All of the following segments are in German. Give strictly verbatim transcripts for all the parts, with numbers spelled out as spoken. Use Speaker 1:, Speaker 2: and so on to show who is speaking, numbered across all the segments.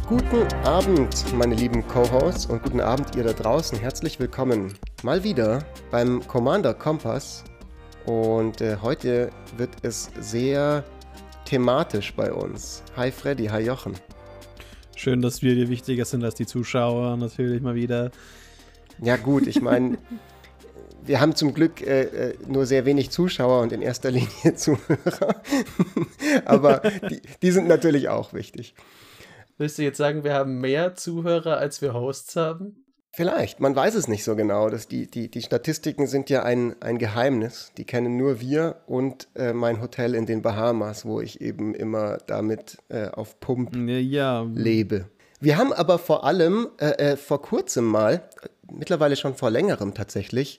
Speaker 1: Guten Abend, meine lieben Co-Hosts, und guten Abend ihr da draußen. Herzlich willkommen mal wieder beim Commander Kompass. Und äh, heute wird es sehr thematisch bei uns. Hi Freddy, hi Jochen.
Speaker 2: Schön, dass wir dir wichtiger sind als die Zuschauer, natürlich mal wieder.
Speaker 1: Ja gut, ich meine, wir haben zum Glück äh, nur sehr wenig Zuschauer und in erster Linie Zuhörer. Aber die, die sind natürlich auch wichtig.
Speaker 3: Willst du jetzt sagen, wir haben mehr Zuhörer, als wir Hosts haben?
Speaker 1: Vielleicht, man weiß es nicht so genau. Das, die, die, die Statistiken sind ja ein, ein Geheimnis. Die kennen nur wir und äh, mein Hotel in den Bahamas, wo ich eben immer damit äh, auf Pump
Speaker 2: ja.
Speaker 1: lebe. Wir haben aber vor allem äh, äh, vor kurzem mal, mittlerweile schon vor längerem tatsächlich,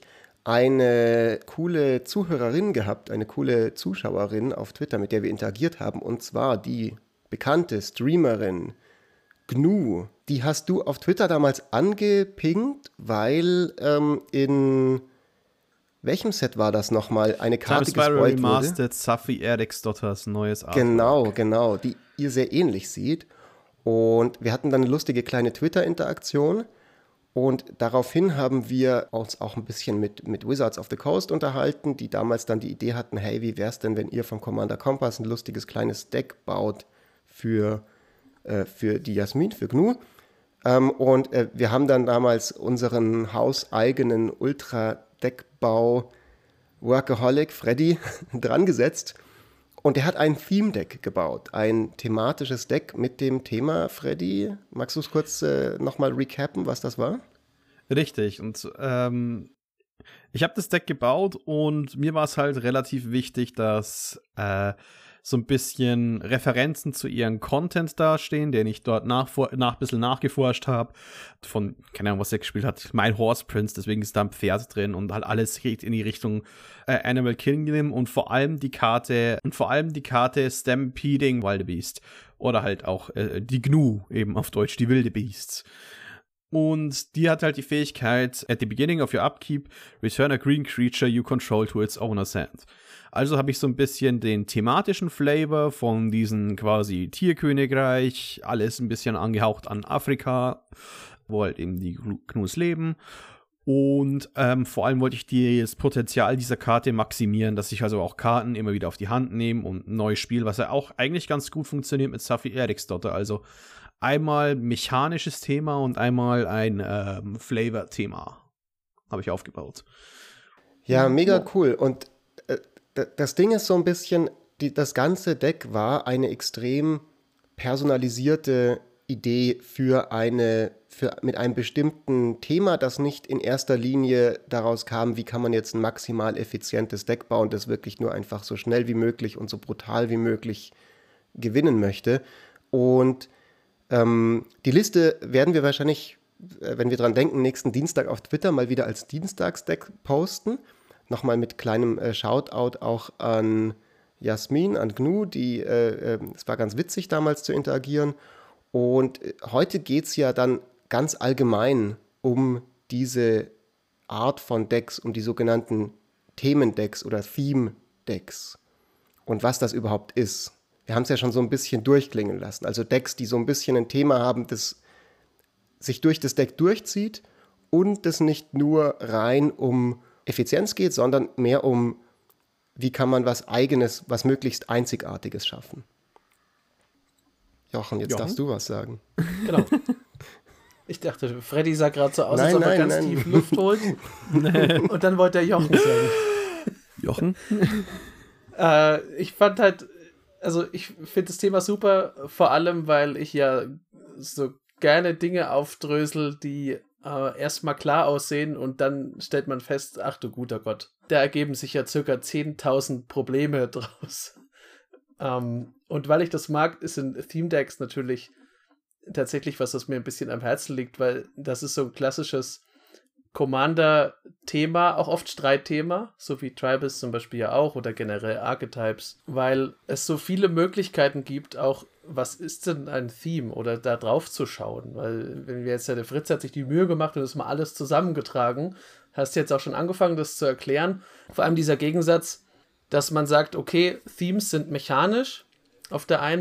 Speaker 1: eine coole Zuhörerin gehabt, eine coole Zuschauerin auf Twitter, mit der wir interagiert haben, und zwar die bekannte Streamerin Gnu. Die hast du auf Twitter damals angepinkt, weil ähm, in welchem Set war das nochmal? Eine Karte gespoilt wurde.
Speaker 2: Remastered Safi Erdexdotters neues Artwork.
Speaker 1: Genau, genau, die ihr sehr ähnlich sieht. Und wir hatten dann eine lustige kleine Twitter-Interaktion. Und daraufhin haben wir uns auch ein bisschen mit, mit Wizards of the Coast unterhalten, die damals dann die Idee hatten, hey, wie wär's denn, wenn ihr vom Commander Kompass ein lustiges kleines Deck baut für, äh, für die Jasmin, für Gnu. Ähm, und äh, wir haben dann damals unseren hauseigenen Ultra-Deckbau Workaholic Freddy dran gesetzt. Und er hat ein Theme-Deck gebaut, ein thematisches Deck mit dem Thema, Freddy. Magst du es kurz äh, nochmal recappen, was das war?
Speaker 2: Richtig, und ähm, ich habe das Deck gebaut und mir war es halt relativ wichtig, dass äh, so ein bisschen Referenzen zu ihren Content dastehen, den ich dort nach, nach, ein bisschen nachgeforscht habe. Von, keine Ahnung, was er gespielt hat, mein Horse Prince, deswegen ist da ein Pferd drin und halt alles geht in die Richtung äh, Animal Kingdom und vor allem die Karte, und vor allem die Karte Stampeding Wildebeest. Oder halt auch äh, die Gnu, eben auf Deutsch, die Wildebeests. Und die hat halt die Fähigkeit, at the beginning of your upkeep, return a green creature you control to its owner's hand. Also habe ich so ein bisschen den thematischen Flavor von diesem quasi Tierkönigreich, alles ein bisschen angehaucht an Afrika, wo halt eben die Gnus leben. Und ähm, vor allem wollte ich das Potenzial dieser Karte maximieren, dass ich also auch Karten immer wieder auf die Hand nehme und ein neues Spiel, was ja auch eigentlich ganz gut funktioniert mit Safi Erdexdotter. Also einmal mechanisches Thema und einmal ein ähm, Flavor-Thema habe ich aufgebaut.
Speaker 1: Ja, mega cool. Und äh, das Ding ist so ein bisschen, die, das ganze Deck war eine extrem personalisierte Idee für eine, für, mit einem bestimmten Thema, das nicht in erster Linie daraus kam, wie kann man jetzt ein maximal effizientes Deck bauen, das wirklich nur einfach so schnell wie möglich und so brutal wie möglich gewinnen möchte. Und ähm, die Liste werden wir wahrscheinlich, äh, wenn wir dran denken, nächsten Dienstag auf Twitter mal wieder als Dienstagsdeck posten. Nochmal mit kleinem äh, Shoutout auch an Jasmin, an Gnu, die, äh, äh, es war ganz witzig damals zu interagieren. Und äh, heute geht es ja dann ganz allgemein um diese Art von Decks, um die sogenannten Themendecks oder Theme-Decks und was das überhaupt ist. Wir haben es ja schon so ein bisschen durchklingen lassen. Also Decks, die so ein bisschen ein Thema haben, das sich durch das Deck durchzieht und das nicht nur rein um Effizienz geht, sondern mehr um, wie kann man was Eigenes, was möglichst Einzigartiges schaffen. Jochen, jetzt Jochen? darfst du was sagen.
Speaker 3: Genau. Ich dachte, Freddy sah gerade so aus,
Speaker 1: nein,
Speaker 3: als ob
Speaker 1: nein,
Speaker 3: er ganz
Speaker 1: nein.
Speaker 3: tief Luft holt. Und dann wollte er Jochen sagen.
Speaker 2: Jochen?
Speaker 3: äh, ich fand halt, also ich finde das Thema super, vor allem, weil ich ja so gerne Dinge aufdrösel, die äh, erstmal klar aussehen und dann stellt man fest, ach du guter Gott, da ergeben sich ja circa zehntausend Probleme draus. ähm, und weil ich das mag, ist in Theme Decks natürlich tatsächlich was, was mir ein bisschen am Herzen liegt, weil das ist so ein klassisches Commander-Thema, auch oft Streitthema, so wie Tribals zum Beispiel ja auch oder generell Archetypes, weil es so viele Möglichkeiten gibt, auch was ist denn ein Theme oder da drauf zu schauen, weil wenn wir jetzt, ja, der Fritz hat sich die Mühe gemacht und das mal alles zusammengetragen, hast jetzt auch schon angefangen, das zu erklären, vor allem dieser Gegensatz, dass man sagt, okay, Themes sind mechanisch auf der einen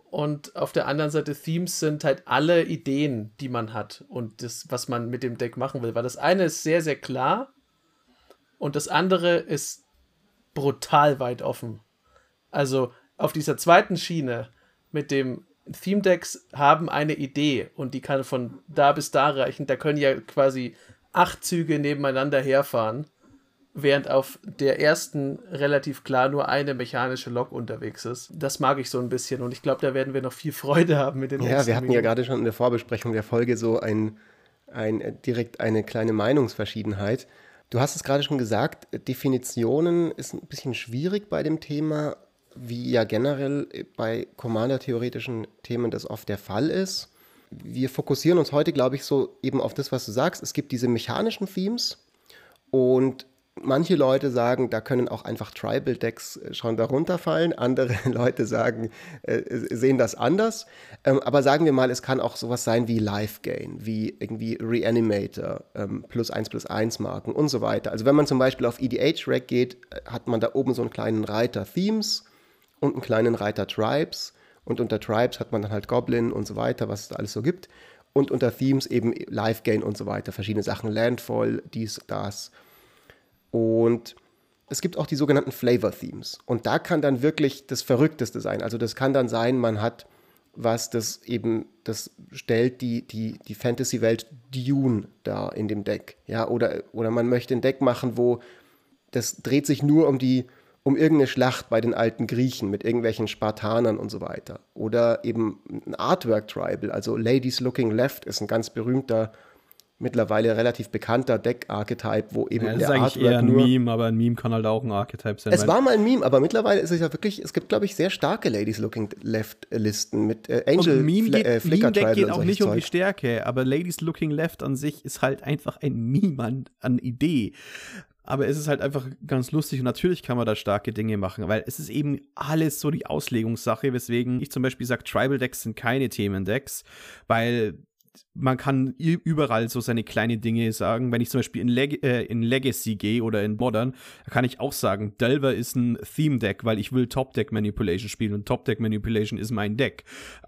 Speaker 3: Und auf der anderen Seite Themes sind halt alle Ideen, die man hat und das, was man mit dem Deck machen will. Weil das eine ist sehr, sehr klar und das andere ist brutal weit offen. Also auf dieser zweiten Schiene mit dem Theme-Decks haben eine Idee und die kann von da bis da reichen. Da können ja quasi acht Züge nebeneinander herfahren, während auf der ersten relativ klar nur eine mechanische Lok unterwegs ist. Das mag ich so ein bisschen und ich glaube, da werden wir noch viel Freude haben mit den
Speaker 1: Ja, wir hatten Minuten. ja gerade schon in der Vorbesprechung der Folge so ein, ein direkt eine kleine Meinungsverschiedenheit. Du hast es gerade schon gesagt, Definitionen ist ein bisschen schwierig bei dem Thema, wie ja generell bei Commander-theoretischen Themen das oft der Fall ist. Wir fokussieren uns heute, glaube ich, so eben auf das, was du sagst. Es gibt diese mechanischen Themes und manche Leute sagen, da können auch einfach Tribal-Decks schon darunter fallen. Andere Leute sagen, äh, sehen das anders. Ähm, aber sagen wir mal, es kann auch sowas sein wie Life-Gain, wie irgendwie Reanimator, ähm, plus eins plus eins Marken und so weiter. Also wenn man zum Beispiel auf E D H-Rack geht, hat man da oben so einen kleinen Reiter Themes und einen kleinen Reiter Tribes. Und unter Tribes hat man dann halt Goblin und so weiter, was es da alles so gibt. Und unter Themes eben Life-Gain und so weiter. Verschiedene Sachen, Landfall, dies, das. Und es gibt auch die sogenannten Flavor-Themes. Und da kann dann wirklich das Verrückteste sein. Also das kann dann sein, man hat was, das eben, das stellt die, die, die Fantasy-Welt Dune da in dem Deck. Ja, oder, oder man möchte ein Deck machen, wo das dreht sich nur um die, um irgendeine Schlacht bei den alten Griechen mit irgendwelchen Spartanern und so weiter. Oder eben ein Artwork-Tribal, also Ladies Looking Left ist ein ganz berühmter, mittlerweile relativ bekannter Deck-Archetype, wo eben
Speaker 2: ja, das
Speaker 1: der
Speaker 2: ist eigentlich
Speaker 1: Artwork
Speaker 2: eher ein
Speaker 1: nur
Speaker 2: Meme, aber ein Meme kann halt auch ein Archetype sein.
Speaker 1: Es war mal ein Meme, aber mittlerweile ist es ja wirklich, es gibt, glaube ich, sehr starke Ladies Looking Left-Listen mit äh, Angel
Speaker 2: und Meme geht,
Speaker 1: äh, Flicker
Speaker 2: Meme-Deck geht
Speaker 1: und
Speaker 2: auch nicht
Speaker 1: Zeug.
Speaker 2: um die Stärke, aber Ladies Looking Left an sich ist halt einfach ein Meme an, an Idee. Aber es ist halt einfach ganz lustig und natürlich kann man da starke Dinge machen, weil es ist eben alles so die Auslegungssache, weswegen ich zum Beispiel sage, Tribal-Decks sind keine Themendecks, weil man kann überall so seine kleinen Dinge sagen. Wenn ich zum Beispiel in, Leg- äh, in Legacy gehe oder in Modern, da kann ich auch sagen, Delver ist ein Theme-Deck, weil ich will Top-Deck-Manipulation spielen und Top-Deck-Manipulation ist mein Deck.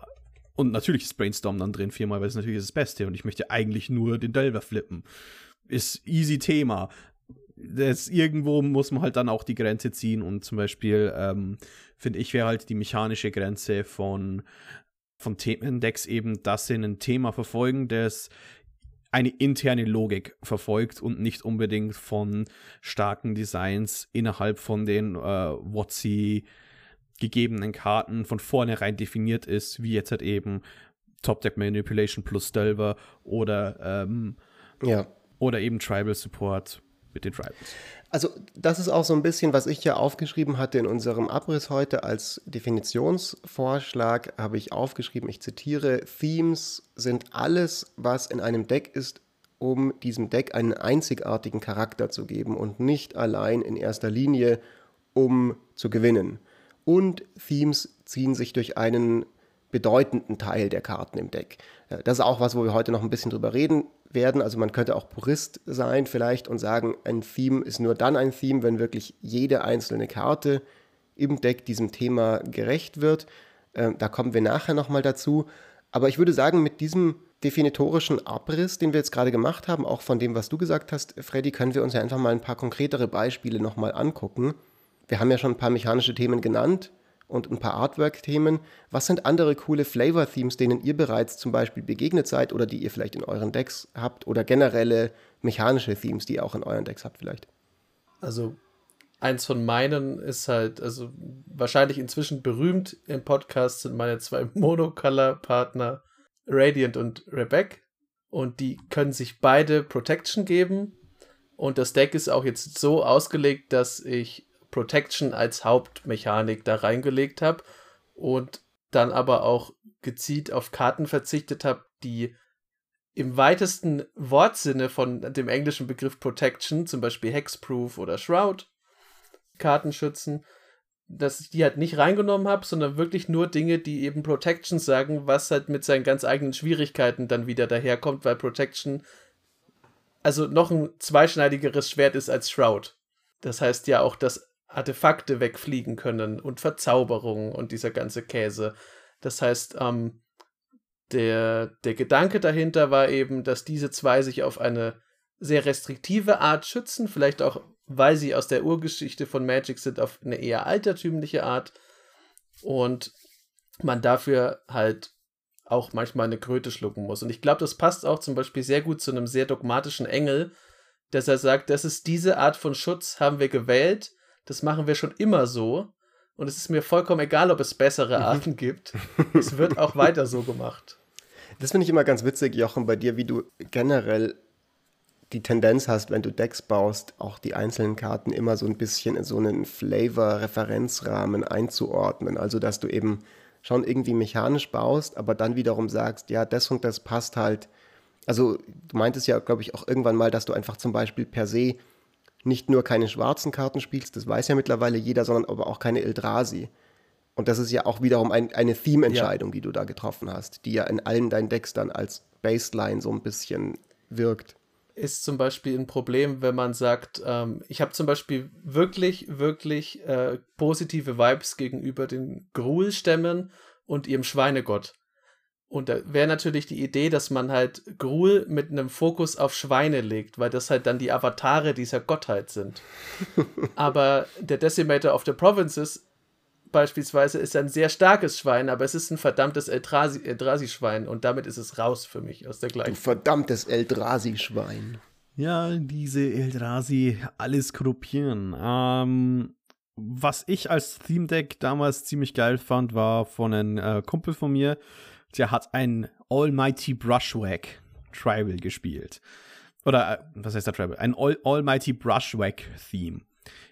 Speaker 2: Und natürlich ist Brainstorm dann drin viermal, weil es natürlich ist das Beste und ich möchte eigentlich nur den Delver flippen. Ist easy Thema. Das irgendwo muss man halt dann auch die Grenze ziehen und zum Beispiel ähm, finde ich, wäre halt die mechanische Grenze von von Themendecks eben, dass sie ein Thema verfolgen, das eine interne Logik verfolgt und nicht unbedingt von starken Designs innerhalb von den äh, W O T C gegebenen Karten von vornherein definiert ist, wie jetzt halt eben Top-Deck Manipulation plus Delver oder ähm,
Speaker 1: ja.
Speaker 2: oder eben Tribal Support mit den Tribals.
Speaker 1: Also das ist auch so ein bisschen, was ich ja aufgeschrieben hatte in unserem Abriss heute als Definitionsvorschlag, habe ich aufgeschrieben, ich zitiere, Themes sind alles, was in einem Deck ist, um diesem Deck einen einzigartigen Charakter zu geben und nicht allein in erster Linie, um zu gewinnen. Und Themes ziehen sich durch einen bedeutenden Teil der Karten im Deck. Das ist auch was, wo wir heute noch ein bisschen drüber reden werden. Also man könnte auch Purist sein vielleicht und sagen, ein Theme ist nur dann ein Theme, wenn wirklich jede einzelne Karte im Deck diesem Thema gerecht wird. Äh, da kommen wir nachher nochmal dazu. Aber ich würde sagen, mit diesem definitorischen Abriss, den wir jetzt gerade gemacht haben, auch von dem, was du gesagt hast, Freddy, können wir uns ja einfach mal ein paar konkretere Beispiele nochmal angucken. Wir haben ja schon ein paar mechanische Themen genannt und ein paar Artwork-Themen. Was sind andere coole Flavor-Themes, denen ihr bereits zum Beispiel begegnet seid oder die ihr vielleicht in euren Decks habt oder generelle mechanische Themes, die ihr auch in euren Decks habt vielleicht?
Speaker 3: Also eins von meinen ist halt, also wahrscheinlich inzwischen berühmt im Podcast sind meine zwei Monocolor-Partner Radiant und Rebecca und die können sich beide Protection geben und das Deck ist auch jetzt so ausgelegt, dass ich Protection als Hauptmechanik da reingelegt habe und dann aber auch gezielt auf Karten verzichtet habe, die im weitesten Wortsinne von dem englischen Begriff Protection, zum Beispiel Hexproof oder Shroud, Karten schützen, dass ich die halt nicht reingenommen habe, sondern wirklich nur Dinge, die eben Protection sagen, was halt mit seinen ganz eigenen Schwierigkeiten dann wieder daherkommt, weil Protection also noch ein zweischneidigeres Schwert ist als Shroud. Das heißt ja auch, dass Artefakte wegfliegen können und Verzauberungen und dieser ganze Käse. Das heißt, ähm, der, der Gedanke dahinter war eben, dass diese zwei sich auf eine sehr restriktive Art schützen, vielleicht auch, weil sie aus der Urgeschichte von Magic sind, auf eine eher altertümliche Art und man dafür halt auch manchmal eine Kröte schlucken muss. Und ich glaube, das passt auch zum Beispiel sehr gut zu einem sehr dogmatischen Engel, dass er sagt, das ist diese Art von Schutz, haben wir gewählt, das machen wir schon immer so und es ist mir vollkommen egal, ob es bessere Arten gibt. Es wird auch weiter so gemacht.
Speaker 1: Das finde ich immer ganz witzig, Jochen, bei dir, wie du generell die Tendenz hast, wenn du Decks baust, auch die einzelnen Karten immer so ein bisschen in so einen Flavor-Referenzrahmen einzuordnen. Also, dass du eben schon irgendwie mechanisch baust, aber dann wiederum sagst, ja, das und das passt halt. Also, du meintest ja, glaube ich, auch irgendwann mal, dass du einfach zum Beispiel per se nicht nur keine schwarzen Karten spielst, das weiß ja mittlerweile jeder, sondern aber auch keine Eldrazi. Und das ist ja auch wiederum ein, eine Theme-Entscheidung, ja, die du da getroffen hast, die ja in allen deinen Decks dann als Baseline so ein bisschen wirkt.
Speaker 3: Ist zum Beispiel ein Problem, wenn man sagt, ähm, ich habe zum Beispiel wirklich, wirklich äh, positive Vibes gegenüber den Gruul-Stämmen und ihrem Schweinegott. Und da wäre natürlich die Idee, dass man halt Gruul mit einem Fokus auf Schweine legt, weil das halt dann die Avatare dieser Gottheit sind. Aber der Decimator of the Provinces beispielsweise ist ein sehr starkes Schwein, aber es ist ein verdammtes Eldrazi- Eldrazi-Schwein und damit ist es raus für mich aus der gleichen.
Speaker 1: Du verdammtes Eldrazi-Schwein.
Speaker 2: Ja, diese Eldrazi, alles korruptieren. Ähm, was ich als Theme-Deck damals ziemlich geil fand, war von einem äh, Kumpel von mir, der hat ein Almighty Brushwhack Tribal gespielt. Oder, äh, was heißt der Tribal? Ein All- Almighty Brushwhack-Theme.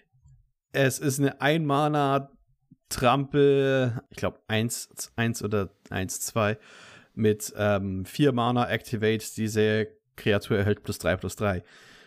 Speaker 2: Es ist eine Ein-Mana- Trampel, ich glaube eins, eins oder eins, zwei mit ähm, vier Mana Activate, diese Kreatur erhält plus drei, plus drei.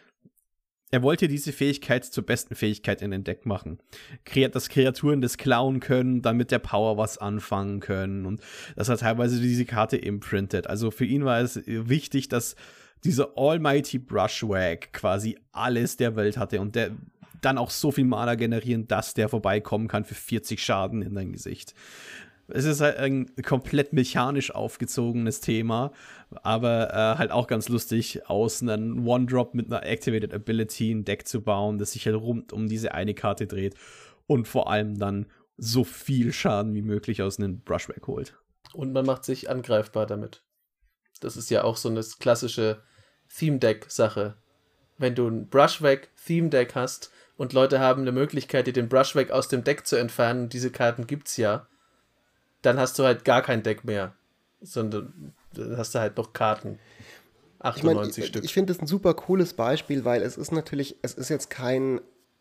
Speaker 2: Er wollte diese Fähigkeit zur besten Fähigkeit in den Deck machen. Dass Kreaturen das klauen können, dann mit der Power was anfangen können und dass er teilweise diese Karte imprintet. Also für ihn war es wichtig, dass dieser Almighty Brushwhack quasi alles der Welt hatte und der dann auch so viel Mana generieren, dass der vorbeikommen kann für vierzig Schaden in dein Gesicht. Es ist halt ein komplett mechanisch aufgezogenes Thema, aber äh, halt auch ganz lustig, aus einem One-Drop mit einer Activated Ability ein Deck zu bauen, das sich halt rund um diese eine Karte dreht und vor allem dann so viel Schaden wie möglich aus einem Brushwhack holt.
Speaker 3: Und man macht sich angreifbar damit. Das ist ja auch so eine klassische Theme-Deck-Sache. Wenn du ein Brushwhack-Theme-Deck hast und Leute haben eine Möglichkeit, dir den Brushwhack aus dem Deck zu entfernen, und diese Karten gibt's ja, dann hast du halt gar kein Deck mehr, sondern dann hast du halt noch Karten. achtundneunzig
Speaker 1: ich mein,
Speaker 3: Stück.
Speaker 1: Ich finde das ein super cooles Beispiel, weil es ist natürlich, es ist jetzt kein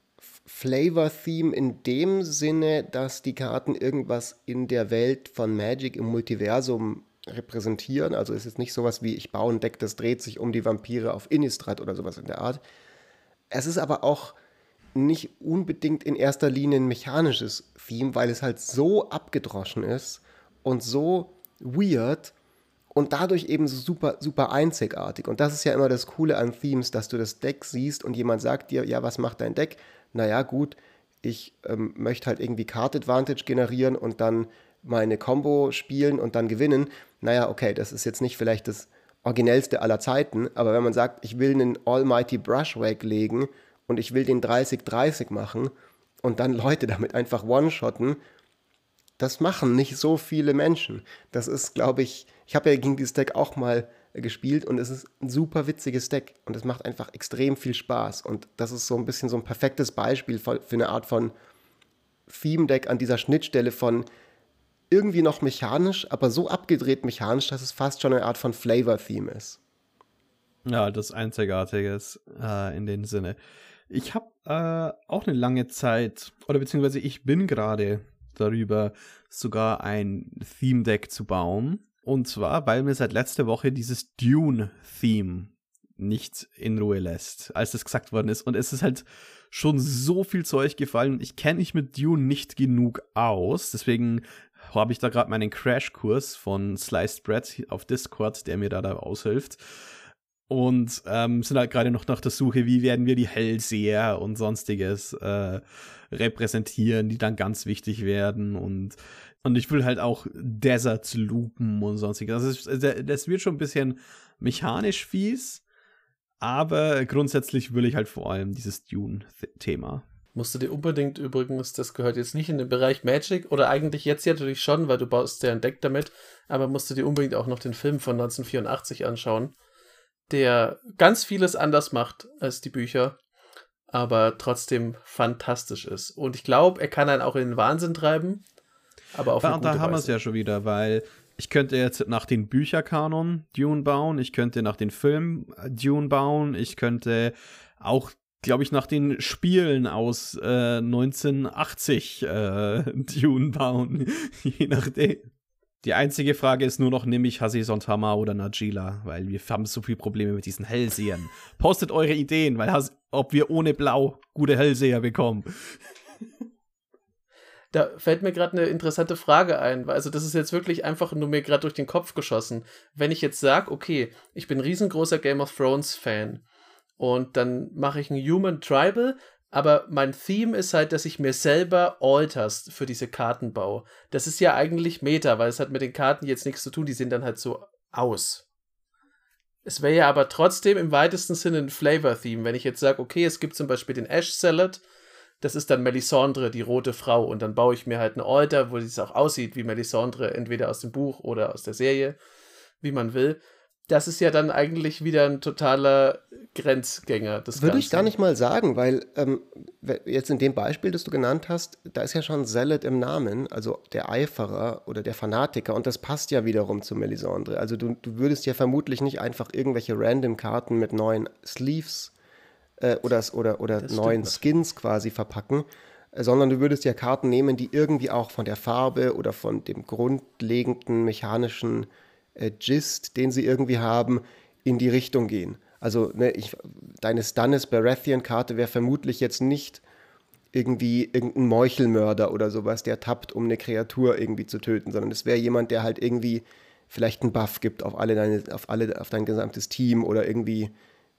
Speaker 1: Flavor-Theme in dem Sinne, dass die Karten irgendwas in der Welt von Magic im Multiversum repräsentieren. Also es ist nicht sowas wie, ich baue ein Deck, das dreht sich um die Vampire auf Innistrad oder sowas in der Art. Es ist aber auch nicht unbedingt in erster Linie ein mechanisches Theme, weil es halt so abgedroschen ist und so weird und dadurch eben so super, super einzigartig. Und das ist ja immer das Coole an Themes, dass du das Deck siehst und jemand sagt dir, ja, was macht dein Deck? Naja, gut, ich ähm, möchte halt irgendwie Card Advantage generieren und dann meine Combo spielen und dann gewinnen. Naja, okay, das ist jetzt nicht vielleicht das originellste aller Zeiten, aber wenn man sagt, ich will einen Almighty Brushwhack legen und ich will den dreißig dreißig machen und dann Leute damit einfach one-shotten, das machen nicht so viele Menschen. Das ist, glaube ich, ich habe ja gegen dieses Deck auch mal gespielt und es ist ein super witziges Deck und es macht einfach extrem viel Spaß und das ist so ein bisschen so ein perfektes Beispiel für eine Art von Theme-Deck an dieser Schnittstelle von irgendwie noch mechanisch, aber so abgedreht mechanisch, dass es fast schon eine Art von Flavor-Theme ist.
Speaker 2: Ja, das Einzigartiges äh, in dem Sinne. Ich habe äh, auch eine lange Zeit, oder beziehungsweise ich bin gerade darüber, sogar ein Theme-Deck zu bauen. Und zwar, weil mir seit letzter Woche dieses Dune-Theme nicht in Ruhe lässt, als das gesagt worden ist. Und es ist halt schon so viel Zeug gefallen. Ich kenne mich mit Dune nicht genug aus. Deswegen habe ich da gerade meinen Crashkurs von Sliced Bread auf Discord, der mir da, da aushilft. Und ähm, sind halt gerade noch nach der Suche, wie werden wir die Hellseher und sonstiges äh, repräsentieren, die dann ganz wichtig werden. Und Und ich will halt auch Deserts loopen und sonstiges. Das, ist, das wird schon ein bisschen mechanisch fies, aber grundsätzlich will ich halt vor allem dieses Dune-Thema.
Speaker 3: Musst du dir unbedingt übrigens, das gehört jetzt nicht in den Bereich Magic, oder eigentlich jetzt ja natürlich schon, weil du baust ja ein Deck damit, aber musst du dir unbedingt auch noch den Film von neunzehnhundertvierundachtzig anschauen, der ganz vieles anders macht als die Bücher, aber trotzdem fantastisch ist. Und ich glaube, er kann einen auch in den Wahnsinn treiben, aber auf
Speaker 2: ja,
Speaker 3: eine gute
Speaker 2: da haben wir es
Speaker 3: Weise.
Speaker 2: ja schon wieder, weil ich könnte jetzt nach den Bücherkanon Dune bauen, ich könnte nach den Filmen Dune bauen, ich könnte auch, glaube ich, nach den Spielen aus äh, neunzehnhundertachtzig äh, Dune bauen, je nachdem. Die einzige Frage ist nur noch, nehme ich Aziz Ansama oder Najila, weil wir haben so viele Probleme mit diesen Hellsehern. Postet eure Ideen, weil Has- ob wir ohne Blau gute Hellseher bekommen.
Speaker 3: Da fällt mir gerade eine interessante Frage ein, weil also das ist jetzt wirklich einfach nur mir gerade durch den Kopf geschossen. Wenn ich jetzt sage, okay, ich bin riesengroßer Game of Thrones Fan und dann mache ich ein Human Tribal, aber mein Theme ist halt, dass ich mir selber Alters für diese Karten baue. Das ist ja eigentlich Meta, weil es hat mit den Karten jetzt nichts zu tun, die sehen dann halt so aus. Es wäre ja aber trotzdem im weitesten Sinne ein Flavor-Theme, wenn ich jetzt sage, okay, es gibt zum Beispiel den Ash Salad, das ist dann Melisandre, die rote Frau, und dann baue ich mir halt eine Alter, wo es auch aussieht wie Melisandre, entweder aus dem Buch oder aus der Serie, wie man will. Das ist ja dann eigentlich wieder ein totaler Grenzgänger des
Speaker 1: Würde
Speaker 3: Ganzen.
Speaker 1: ich gar nicht mal sagen, weil ähm, jetzt in dem Beispiel, das du genannt hast, da ist ja schon Zealot im Namen, also der Eiferer oder der Fanatiker, und das passt ja wiederum zu Melisandre. Also du, du würdest ja vermutlich nicht einfach irgendwelche random Karten mit neuen Sleeves äh, oder, oder, oder neuen Skins quasi verpacken, äh, sondern du würdest ja Karten nehmen, die irgendwie auch von der Farbe oder von dem grundlegenden mechanischen äh, Gist, den sie irgendwie haben, in die Richtung gehen. Also ne, ich, deine Stannis Baratheon-Karte wäre vermutlich jetzt nicht irgendwie irgendein Meuchelmörder oder sowas, der tappt, um eine Kreatur irgendwie zu töten, sondern es wäre jemand, der halt irgendwie vielleicht einen Buff gibt auf alle deine, auf alle, auf dein gesamtes Team oder irgendwie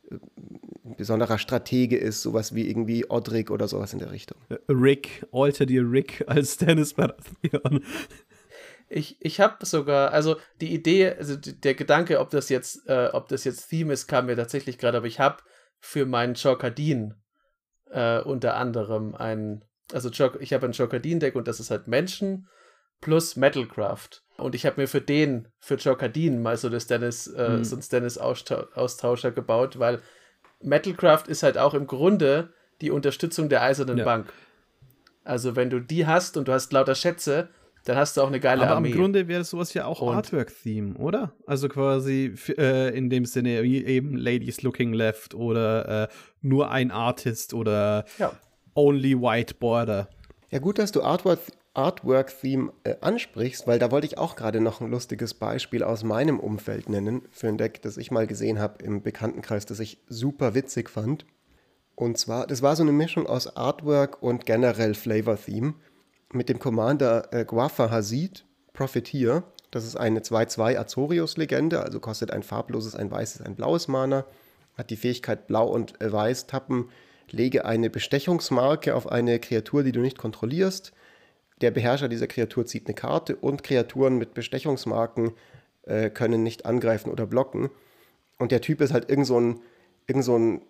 Speaker 1: ein besonderer Stratege ist, sowas wie irgendwie Odrick oder sowas in der Richtung.
Speaker 2: Rick, alter dir Rick als Stannis Baratheon.
Speaker 3: Ich, ich habe sogar, also die Idee, also der Gedanke, ob das jetzt, äh, ob das jetzt Theme ist, kam mir tatsächlich gerade, aber ich habe für meinen Jorkadin äh, unter anderem ein, also Jor- ich habe ein Jorkadin-Deck und das ist halt Menschen plus Metalcraft. Und ich habe mir für den, für Jorkadin mal so, das Dennis, äh,
Speaker 2: Mhm.
Speaker 3: so ein Stannis-Austauscher gebaut, weil Metalcraft ist halt auch im Grunde die Unterstützung der Eisernen
Speaker 2: Ja.
Speaker 3: Bank. Also wenn du die hast und du hast lauter Schätze, dann hast du auch eine geile
Speaker 2: Aber
Speaker 3: Armee.
Speaker 2: im Grunde wäre sowas ja auch
Speaker 3: Und-
Speaker 2: Artwork-Theme, oder? Also quasi f- äh, in dem Sinne wie eben Ladies Looking Left oder äh, nur ein Artist oder
Speaker 3: Ja.
Speaker 2: Only White Border.
Speaker 1: Ja, gut, dass du Artwork, Artwork-Theme äh, ansprichst, weil da wollte ich auch gerade noch ein lustiges Beispiel aus meinem Umfeld nennen für ein Deck, das ich mal gesehen habe im Bekanntenkreis, das ich super witzig fand. Und zwar, das war so eine Mischung aus Artwork und generell Flavor-Theme mit dem Commander äh, Guafa Hazid, Profiteer. Das ist eine zwei zwei Azorius-Legende, also kostet ein farbloses, ein weißes, ein blaues Mana, hat die Fähigkeit Blau und äh, Weiß tappen, lege eine Bestechungsmarke auf eine Kreatur, die du nicht kontrollierst. Der Beherrscher dieser Kreatur zieht eine Karte und Kreaturen mit Bestechungsmarken äh, können nicht angreifen oder blocken. Und der Typ ist halt irgend so ein, irgend so ein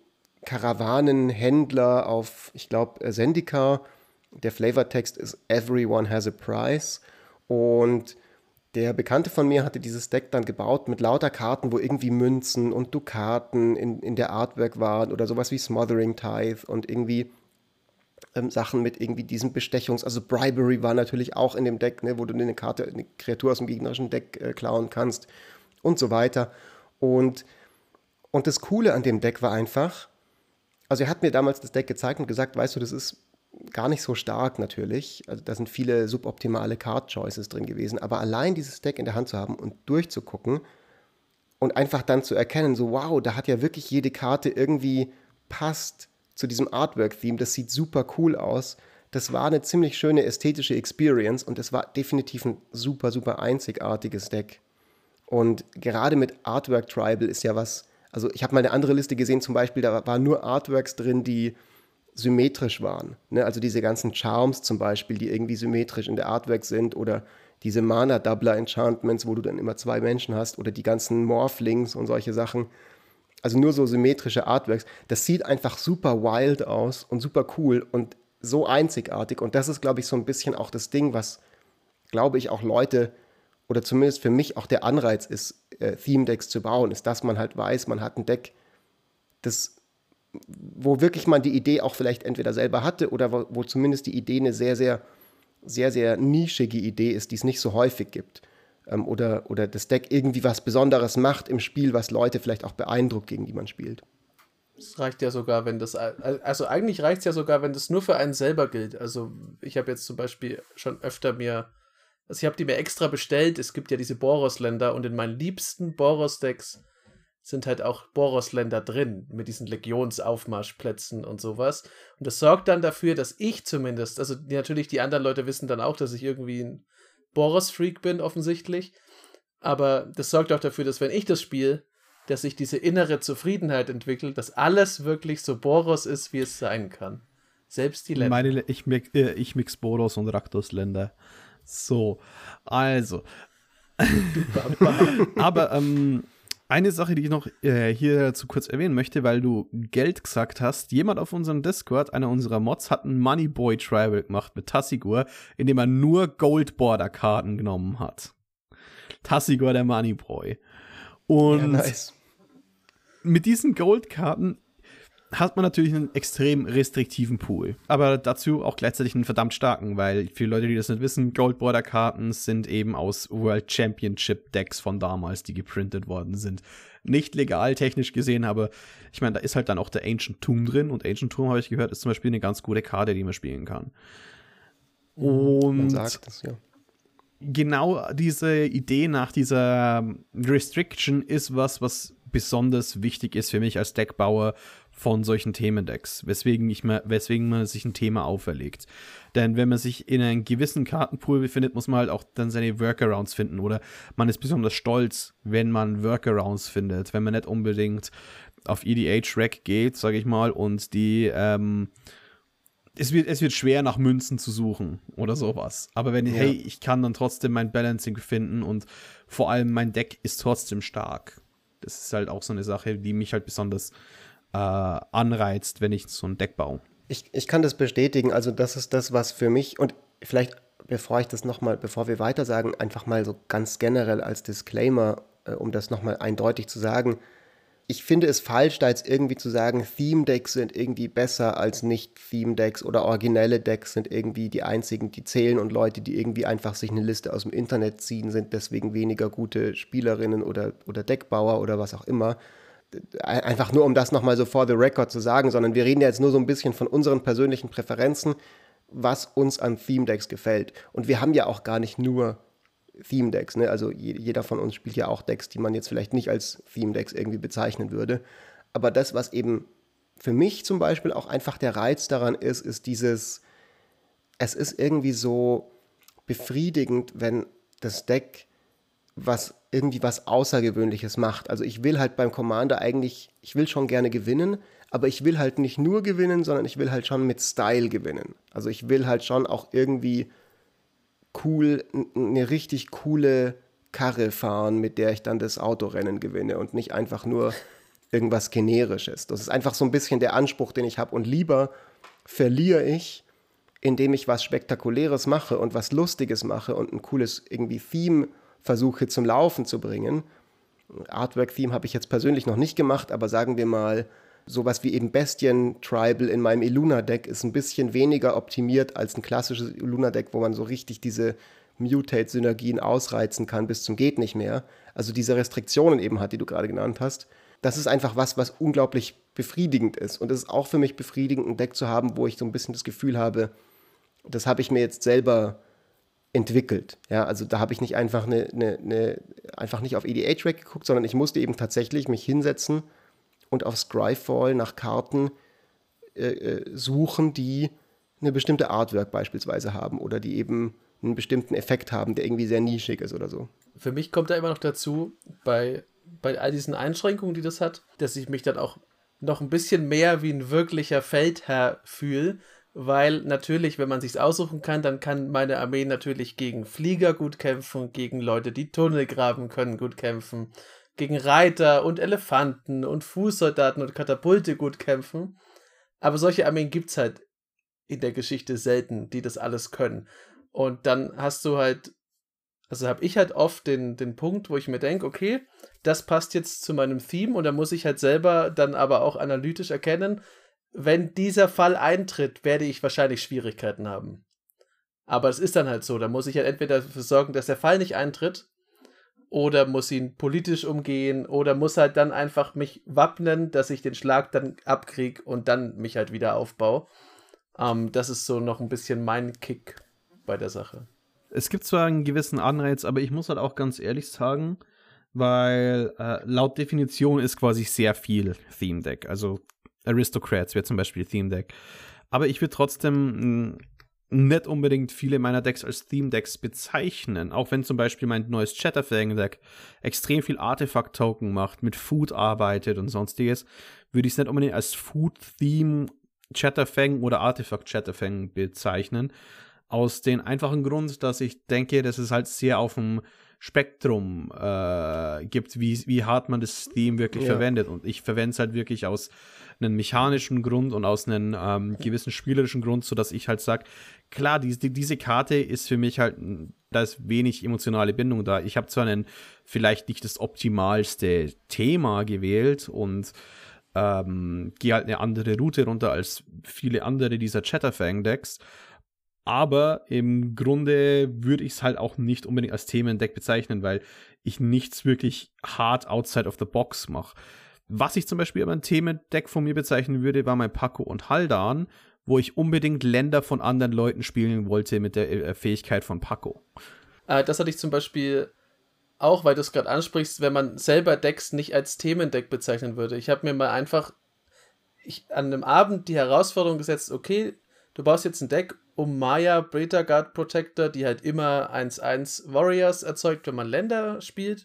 Speaker 1: Karawanenhändler auf, ich glaube, Zendikar. Der Flavortext ist Everyone has a price. Und der Bekannte von mir hatte dieses Deck dann gebaut mit lauter Karten, wo irgendwie Münzen und Dukaten in, in der Artwork waren oder sowas wie Smothering Tithe und irgendwie ähm, Sachen mit irgendwie diesem Bestechungs-, also Bribery war natürlich auch in dem Deck, ne, wo du eine Karte, eine Kreatur aus dem gegnerischen Deck äh, klauen kannst und so weiter. Und, und das Coole an dem Deck war einfach, also er hat mir damals das Deck gezeigt und gesagt, weißt du, das ist gar nicht so stark natürlich. Also da sind viele suboptimale Card-Choices drin gewesen. Aber allein dieses Deck in der Hand zu haben und durchzugucken und einfach dann zu erkennen, so wow, da hat ja wirklich jede Karte irgendwie passt zu diesem Artwork-Theme. Das sieht super cool aus. Das war eine ziemlich schöne ästhetische Experience und es war definitiv ein super, super einzigartiges Deck. Und gerade mit Artwork Tribal ist ja was, also ich habe mal eine andere Liste gesehen, zum Beispiel, da waren nur Artworks drin, die symmetrisch waren. Ne? Also diese ganzen Charms zum Beispiel, die irgendwie symmetrisch in der Artwork sind oder diese Mana-Doubler-Enchantments, wo du dann immer zwei Menschen hast oder die ganzen Morphlings und solche Sachen. Also nur so symmetrische Artworks. Das sieht einfach super wild aus und super cool und so einzigartig. Und das ist, glaube ich, so ein bisschen auch das Ding, was, glaube ich, auch Leute oder zumindest für mich auch der Anreiz ist, äh, Theme-Decks zu bauen, ist, dass man halt weiß, man hat ein Deck, das, wo wirklich man die Idee auch vielleicht entweder selber hatte oder wo, wo zumindest die Idee eine sehr, sehr, sehr, sehr nischige Idee ist, die es nicht so häufig gibt. Ähm, oder, oder das Deck irgendwie was Besonderes macht im Spiel, was Leute vielleicht auch beeindruckt, gegen die man spielt.
Speaker 3: Es reicht ja sogar, wenn das, also eigentlich reicht es ja sogar, wenn das nur für einen selber gilt. Also ich habe jetzt zum Beispiel schon öfter mir, also ich habe die mir extra bestellt, es gibt ja diese Boros-Länder und in meinen liebsten Boros-Decks sind halt auch Boros-Länder drin, mit diesen Legionsaufmarschplätzen und sowas. Und das sorgt dann dafür, dass ich zumindest, also die, natürlich die anderen Leute wissen dann auch, dass ich irgendwie ein Boros-Freak bin, offensichtlich. Aber das sorgt auch dafür, dass wenn ich das spiele, dass sich diese innere Zufriedenheit entwickelt, dass alles wirklich so Boros ist, wie es sein kann. Selbst die Länder.
Speaker 2: Meine, ich, mix, äh, ich mix Boros und Raktos-Länder. So, also. Aber ähm, eine Sache, die ich noch äh, hier zu kurz erwähnen möchte, weil du Geld gesagt hast. Jemand auf unserem Discord, einer unserer Mods, hat einen Moneyboy Tribal gemacht mit Tassigur, in dem er nur Gold-Border-Karten genommen hat. Tassigur, der Moneyboy. Und ja, nice. Mit diesen Gold-Karten hat man natürlich einen extrem restriktiven Pool. Aber dazu auch gleichzeitig einen verdammt starken, weil viele Leute, die das nicht wissen, Gold-Border-Karten sind eben aus World Championship-Decks von damals, die geprintet worden sind. Nicht legal technisch gesehen, aber ich meine, da ist halt dann auch der Ancient Tomb drin und Ancient Tomb, habe ich gehört, ist zum Beispiel eine ganz gute Karte, die man spielen kann. Und man sagt das, ja. Genau diese Idee nach dieser Restriction ist was, was besonders wichtig ist für mich als Deckbauer von solchen Themendecks, weswegen, ich mal, weswegen man sich ein Thema auferlegt. Denn wenn man sich in einem gewissen Kartenpool befindet, muss man halt auch dann seine Workarounds finden oder man ist besonders stolz, wenn man Workarounds findet, wenn man nicht unbedingt auf E D H-Rack geht, sage ich mal, und die ähm, Es wird, es wird schwer, nach Münzen zu suchen oder sowas. Aber wenn, ja. hey, ich kann dann trotzdem mein Balancing finden und vor allem mein Deck ist trotzdem stark. Das ist halt auch so eine Sache, die mich halt besonders äh, anreizt, wenn ich so ein Deck baue.
Speaker 1: Ich, ich kann das bestätigen. Also das ist das, was für mich, und vielleicht, bevor ich das nochmal, bevor wir weiter sagen, einfach mal so ganz generell als Disclaimer, äh, um das nochmal eindeutig zu sagen, ich finde es falsch, da jetzt irgendwie zu sagen, Theme-Decks sind irgendwie besser als Nicht-Theme-Decks oder originelle Decks sind irgendwie die einzigen, die zählen und Leute, die irgendwie einfach sich eine Liste aus dem Internet ziehen, sind deswegen weniger gute Spielerinnen oder, oder Deckbauer oder was auch immer. Einfach nur, um das nochmal so for the record zu sagen, sondern wir reden ja jetzt nur so ein bisschen von unseren persönlichen Präferenzen, was uns an Theme-Decks gefällt. Und wir haben ja auch gar nicht nur Theme-Decks, ne? Also jeder von uns spielt ja auch Decks, die man jetzt vielleicht nicht als Theme-Decks irgendwie bezeichnen würde. Aber das, was eben für mich zum Beispiel auch einfach der Reiz daran ist, ist dieses, es ist irgendwie so befriedigend, wenn das Deck was irgendwie was Außergewöhnliches macht. Also ich will halt beim Commander eigentlich, ich will schon gerne gewinnen, aber ich will halt nicht nur gewinnen, sondern ich will halt schon mit Style gewinnen. Also ich will halt schon auch irgendwie cool, eine richtig coole Karre fahren, mit der ich dann das Autorennen gewinne und nicht einfach nur irgendwas Generisches. Das ist einfach so ein bisschen der Anspruch, den ich habe. Und lieber verliere ich, indem ich was Spektakuläres mache und was Lustiges mache und ein cooles irgendwie Theme versuche zum Laufen zu bringen. Artwork-Theme habe ich jetzt persönlich noch nicht gemacht, aber sagen wir mal, sowas wie eben Bestien-Tribal in meinem Illuna-Deck ist ein bisschen weniger optimiert als ein klassisches Illuna-Deck, wo man so richtig diese Mutate-Synergien ausreizen kann bis zum geht nicht mehr. Also diese Restriktionen eben hat, die du gerade genannt hast. Das ist einfach was, was unglaublich befriedigend ist. Und es ist auch für mich befriedigend, ein Deck zu haben, wo ich so ein bisschen das Gefühl habe, das habe ich mir jetzt selber entwickelt. Ja, also da habe ich nicht einfach eine, eine, eine einfach nicht auf E D H-Rack geguckt, sondern ich musste eben tatsächlich mich hinsetzen und auf Scryfall nach Karten äh, suchen, die eine bestimmte Artwork beispielsweise haben oder die eben einen bestimmten Effekt haben, der irgendwie sehr nischig ist oder so.
Speaker 3: Für mich kommt da immer noch dazu, bei, bei all diesen Einschränkungen, die das hat, dass ich mich dann auch noch ein bisschen mehr wie ein wirklicher Feldherr fühle, weil natürlich, wenn man sich's aussuchen kann, dann kann meine Armee natürlich gegen Flieger gut kämpfen, gegen Leute, die Tunnel graben können, gut kämpfen, gegen Reiter und Elefanten und Fußsoldaten und Katapulte gut kämpfen. Aber solche Armeen gibt's halt in der Geschichte selten, die das alles können. Und dann hast du halt, also habe ich halt oft den, den Punkt, wo ich mir denke, okay, das passt jetzt zu meinem Theme und da muss ich halt selber dann aber auch analytisch erkennen, wenn dieser Fall eintritt, werde ich wahrscheinlich Schwierigkeiten haben. Aber es ist dann halt so, da muss ich halt entweder dafür sorgen, dass der Fall nicht eintritt, oder muss ihn politisch umgehen, oder muss halt dann einfach mich wappnen, dass ich den Schlag dann abkriege und dann mich halt wieder aufbaue. Ähm, das ist so noch ein bisschen mein Kick bei der Sache.
Speaker 2: Es gibt zwar einen gewissen Anreiz, aber ich muss halt auch ganz ehrlich sagen, weil äh, laut Definition ist quasi sehr viel Theme Deck. Also Aristocrats wäre zum Beispiel Theme Deck. Aber ich würde trotzdem mh, nicht unbedingt viele meiner Decks als Theme Decks bezeichnen. Auch wenn zum Beispiel mein neues Chatterfang Deck extrem viel Artefakt-Token macht, mit Food arbeitet und sonstiges, würde ich es nicht unbedingt als Food-Theme Chatterfang oder Artefakt Chatterfang bezeichnen. Aus dem einfachen Grund, dass ich denke, dass es halt sehr auf dem Spektrum äh, gibt, wie, wie hart man das Theme wirklich ja. verwendet. Und ich verwende es halt wirklich aus einem mechanischen Grund und aus einem ähm, gewissen spielerischen Grund, sodass ich halt sage, klar, die, die, diese Karte ist für mich halt, da ist wenig emotionale Bindung da. Ich habe zwar einen, vielleicht nicht das optimalste Thema gewählt und ähm, gehe halt eine andere Route runter als viele andere dieser Chatterfang-Decks, aber im Grunde würde ich es halt auch nicht unbedingt als Themendeck bezeichnen, weil ich nichts wirklich hart outside of the box mache. Was ich zum Beispiel aber ein Themendeck von mir bezeichnen würde, war mein Paco und Haldan, wo ich unbedingt Länder von anderen Leuten spielen wollte mit der äh, Fähigkeit von Paco.
Speaker 3: Äh, das hatte ich zum Beispiel auch, weil du es gerade ansprichst, wenn man selber Decks nicht als Themendeck bezeichnen würde. Ich habe mir mal einfach ich, an einem Abend die Herausforderung gesetzt, okay, du baust jetzt ein Deck um Maya, Beta Guard Protector, die halt immer eins eins Warriors erzeugt, wenn man Länder spielt.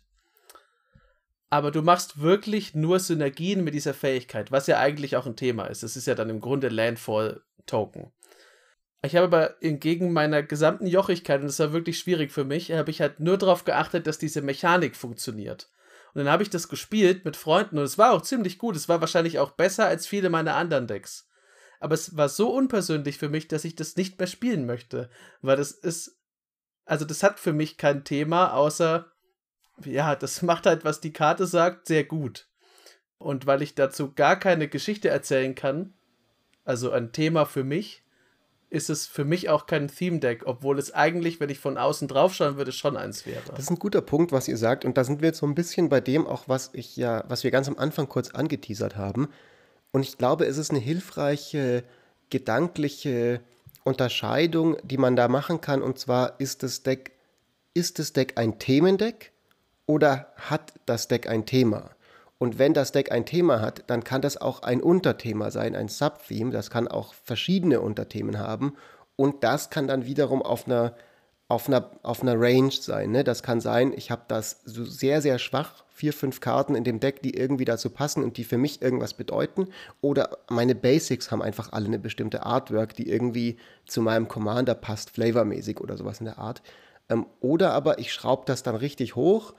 Speaker 3: Aber du machst wirklich nur Synergien mit dieser Fähigkeit, was ja eigentlich auch ein Thema ist. Das ist ja dann im Grunde Landfall-Token. Ich habe aber entgegen meiner gesamten Jochigkeit, und das war wirklich schwierig für mich, habe ich halt nur darauf geachtet, dass diese Mechanik funktioniert. Und dann habe ich das gespielt mit Freunden und es war auch ziemlich gut. Es war wahrscheinlich auch besser als viele meiner anderen Decks. Aber es war so unpersönlich für mich, dass ich das nicht mehr spielen möchte. Weil das ist, also das hat für mich kein Thema, außer, ja, das macht halt, was die Karte sagt, sehr gut. Und weil ich dazu gar keine Geschichte erzählen kann, also ein Thema für mich, ist es für mich auch kein Theme-Deck, obwohl es eigentlich, wenn ich von außen draufschauen würde, schon eins wäre.
Speaker 1: Das ist ein guter Punkt, was ihr sagt. Und da sind wir jetzt so ein bisschen bei dem auch, was ich ja, was wir ganz am Anfang kurz angeteasert haben. Und ich glaube, es ist eine hilfreiche, gedankliche Unterscheidung, die man da machen kann. Und zwar, ist das Deck, ist das Deck ein Themendeck oder hat das Deck ein Thema? Und wenn das Deck ein Thema hat, dann kann das auch ein Unterthema sein, ein Subtheme. Das kann auch verschiedene Unterthemen haben. Und das kann dann wiederum auf einer, auf einer, auf einer Range sein. Ne? Das kann sein, ich habe das so sehr, sehr schwach, vier, fünf Karten in dem Deck, die irgendwie dazu passen und die für mich irgendwas bedeuten. Oder meine Basics haben einfach alle eine bestimmte Artwork, die irgendwie zu meinem Commander passt, flavormäßig oder sowas in der Art. Ähm, oder aber ich schraube das dann richtig hoch,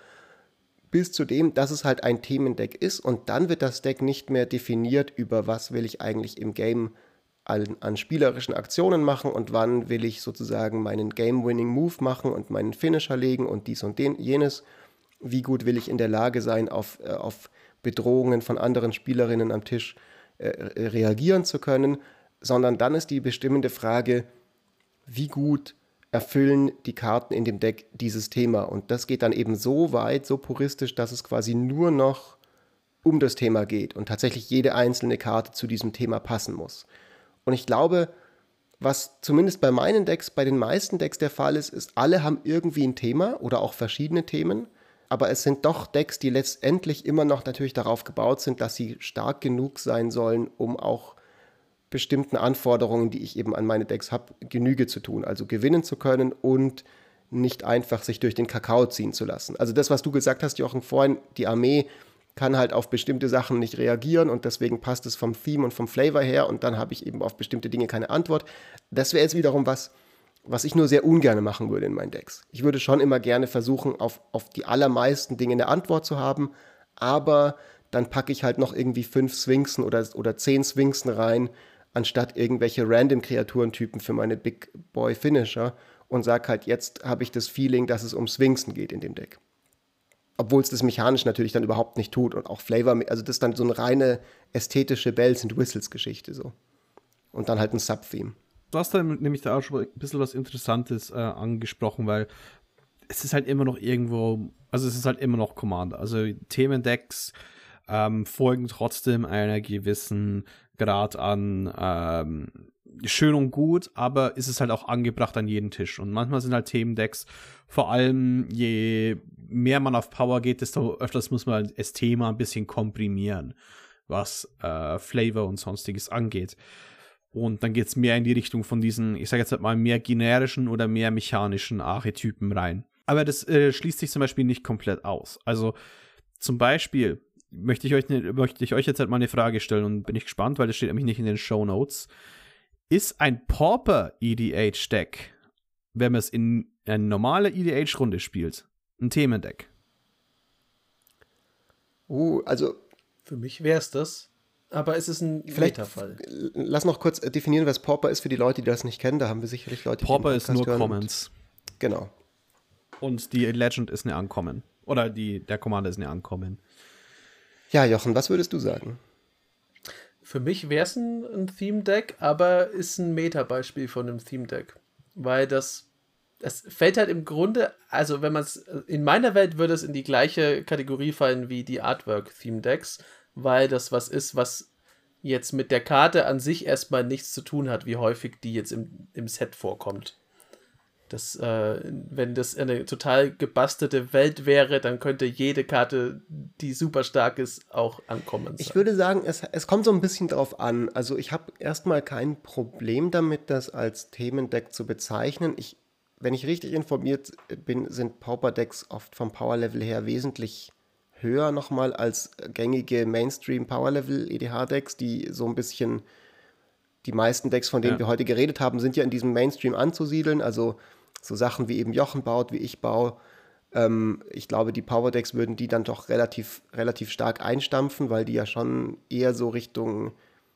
Speaker 1: bis zu dem, dass es halt ein Themendeck ist und dann wird das Deck nicht mehr definiert über was will ich eigentlich im Game an, an spielerischen Aktionen machen und wann will ich sozusagen meinen Game-Winning-Move machen und meinen Finisher legen und dies und den, jenes. Wie gut will ich in der Lage sein, auf, äh, auf Bedrohungen von anderen Spielerinnen am Tisch äh, reagieren zu können, sondern dann ist die bestimmende Frage, wie gut erfüllen die Karten in dem Deck dieses Thema. Und das geht dann eben so weit, so puristisch, dass es quasi nur noch um das Thema geht und tatsächlich jede einzelne Karte zu diesem Thema passen muss. Und ich glaube, was zumindest bei meinen Decks, bei den meisten Decks der Fall ist, ist, alle haben irgendwie ein Thema oder auch verschiedene Themen, aber es sind doch Decks, die letztendlich immer noch natürlich darauf gebaut sind, dass sie stark genug sein sollen, um auch bestimmten Anforderungen, die ich eben an meine Decks habe, Genüge zu tun. Also gewinnen zu können und nicht einfach sich durch den Kakao ziehen zu lassen. Also das, was du gesagt hast, Jochen, vorhin, die Armee kann halt auf bestimmte Sachen nicht reagieren und deswegen passt es vom Theme und vom Flavor her und dann habe ich eben auf bestimmte Dinge keine Antwort. Das wäre jetzt wiederum was, was ich nur sehr ungern machen würde in meinen Decks. Ich würde schon immer gerne versuchen, auf, auf die allermeisten Dinge eine Antwort zu haben, aber dann packe ich halt noch irgendwie fünf Sphinxen oder, oder zehn Sphinxen rein, anstatt irgendwelche random Kreaturentypen für meine Big Boy Finisher und sag halt, jetzt habe ich das Feeling, dass es um Sphinxen geht in dem Deck. Obwohl es das mechanisch natürlich dann überhaupt nicht tut und auch Flavor, also das ist dann so eine reine ästhetische Bells and Whistles Geschichte so. Und dann halt ein Subtheme.
Speaker 2: Du hast da nämlich da auch schon ein bisschen was Interessantes äh, angesprochen, weil es ist halt immer noch irgendwo, also es ist halt immer noch Commander. Also Themendecks ähm, folgen trotzdem einer gewissen Grad an ähm, schön und gut, aber ist es halt auch angebracht an jeden Tisch. Und manchmal sind halt Themendecks, vor allem je mehr man auf Power geht, desto öfters muss man das Thema ein bisschen komprimieren, was äh, Flavor und sonstiges angeht. Und dann geht es mehr in die Richtung von diesen, ich sage jetzt halt mal, mehr generischen oder mehr mechanischen Archetypen rein. Aber das äh, schließt sich zum Beispiel nicht komplett aus. Also zum Beispiel möchte ich euch, ne, möchte ich euch jetzt halt mal eine Frage stellen und bin ich gespannt, weil das steht nämlich nicht in den Shownotes. Ist ein Pauper-E D H-Deck, wenn man es in eine normale E D H-Runde spielt, ein Themendeck?
Speaker 1: Uh, also
Speaker 3: für mich wäre es das, aber es ist ein Metafall.
Speaker 1: Lass noch kurz definieren, was Pauper ist für die Leute, die das nicht kennen. Da haben wir sicherlich Leute, die
Speaker 2: Pauper ist nur
Speaker 1: hören.
Speaker 2: Commons.
Speaker 1: Genau.
Speaker 2: Und die Legend ist eine Uncommon. Oder die, der Commander ist eine Uncommon.
Speaker 1: Ja, Jochen, was würdest du sagen?
Speaker 3: Für mich wäre es ein, ein Theme-Deck, aber ist ein Meta-Beispiel von einem Theme-Deck. Weil das, das fällt halt im Grunde, also wenn man es, in meiner Welt würde es in die gleiche Kategorie fallen wie die Artwork-Theme-Decks, weil das was ist, was jetzt mit der Karte an sich erstmal nichts zu tun hat, wie häufig die jetzt im, im Set vorkommt. Das, äh, wenn das eine total gebastete Welt wäre, dann könnte jede Karte, die super stark ist, auch ankommen.
Speaker 1: Ich würde sagen, es, es kommt so ein bisschen drauf an. Also ich habe erstmal kein Problem damit, das als Themendeck zu bezeichnen. Ich, wenn ich richtig informiert bin, sind Pauper-Decks oft vom Power-Level her wesentlich höher nochmal als gängige Mainstream-Power-Level-E D H-Decks, die so ein bisschen, die meisten Decks, von denen ja. wir heute geredet haben, sind ja in diesem Mainstream anzusiedeln, also so Sachen wie eben Jochen baut, wie ich baue. Ähm, ich glaube, die Power-Decks würden die dann doch relativ, relativ stark einstampfen, weil die ja schon eher so Richtung,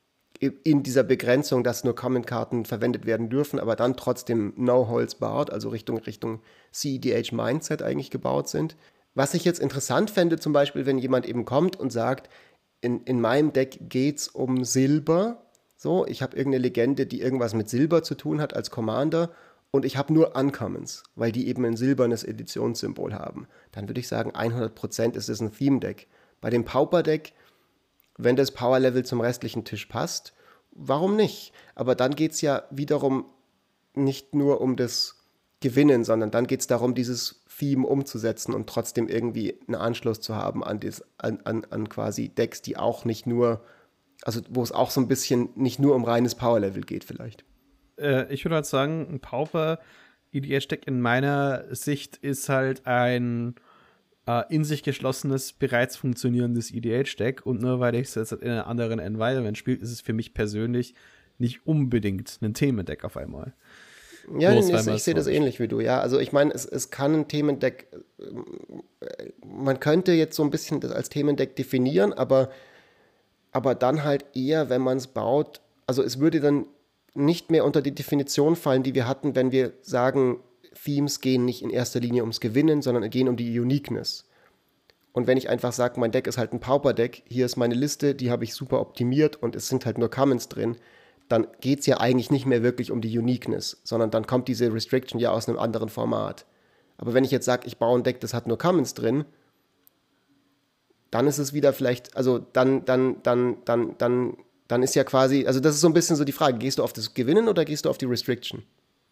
Speaker 1: in dieser Begrenzung, dass nur Common-Karten verwendet werden dürfen, aber dann trotzdem No Holds Barred, also Richtung, Richtung C E D H-Mindset eigentlich gebaut sind. Was ich jetzt interessant fände, zum Beispiel, wenn jemand eben kommt und sagt, in, in meinem Deck geht's um Silber, so, ich habe irgendeine Legende, die irgendwas mit Silber zu tun hat als Commander und ich habe nur Uncommons, weil die eben ein silbernes Editionssymbol haben. Dann würde ich sagen, hundert Prozent ist es ein Theme-Deck. Bei dem Pauper-Deck, wenn das Power-Level zum restlichen Tisch passt, warum nicht? Aber dann geht es ja wiederum nicht nur um das Gewinnen, sondern dann geht es darum, dieses Theme umzusetzen und trotzdem irgendwie einen Anschluss zu haben an, das, an, an, an quasi Decks, die auch nicht nur, also wo es auch so ein bisschen nicht nur um reines Power-Level geht vielleicht.
Speaker 2: Äh, ich würde halt sagen, ein Pauper-E D H-Deck in meiner Sicht ist halt ein äh, in sich geschlossenes, bereits funktionierendes E D H-Deck und nur weil ich es jetzt in einem anderen Environment spiele, ist es für mich persönlich nicht unbedingt ein Themendeck auf einmal.
Speaker 1: Ja, Bloß, ich, ich sehe das ähnlich wie du, ja. Also ich meine, es, es kann ein Themendeck, man könnte jetzt so ein bisschen das als Themendeck definieren, aber, aber dann halt eher, wenn man es baut, also es würde dann nicht mehr unter die Definition fallen, die wir hatten, wenn wir sagen, Themes gehen nicht in erster Linie ums Gewinnen, sondern gehen um die Uniqueness. Und wenn ich einfach sage, mein Deck ist halt ein Pauper-Deck, hier ist meine Liste, die habe ich super optimiert und es sind halt nur Commons drin, dann geht es ja eigentlich nicht mehr wirklich um die Uniqueness, sondern dann kommt diese Restriction ja aus einem anderen Format. Aber wenn ich jetzt sage, ich baue ein Deck, das hat nur Commons drin, dann ist es wieder vielleicht, also dann, dann, dann, dann, dann, dann ist ja quasi, also das ist so ein bisschen so die Frage, gehst du auf das Gewinnen oder gehst du auf die Restriction?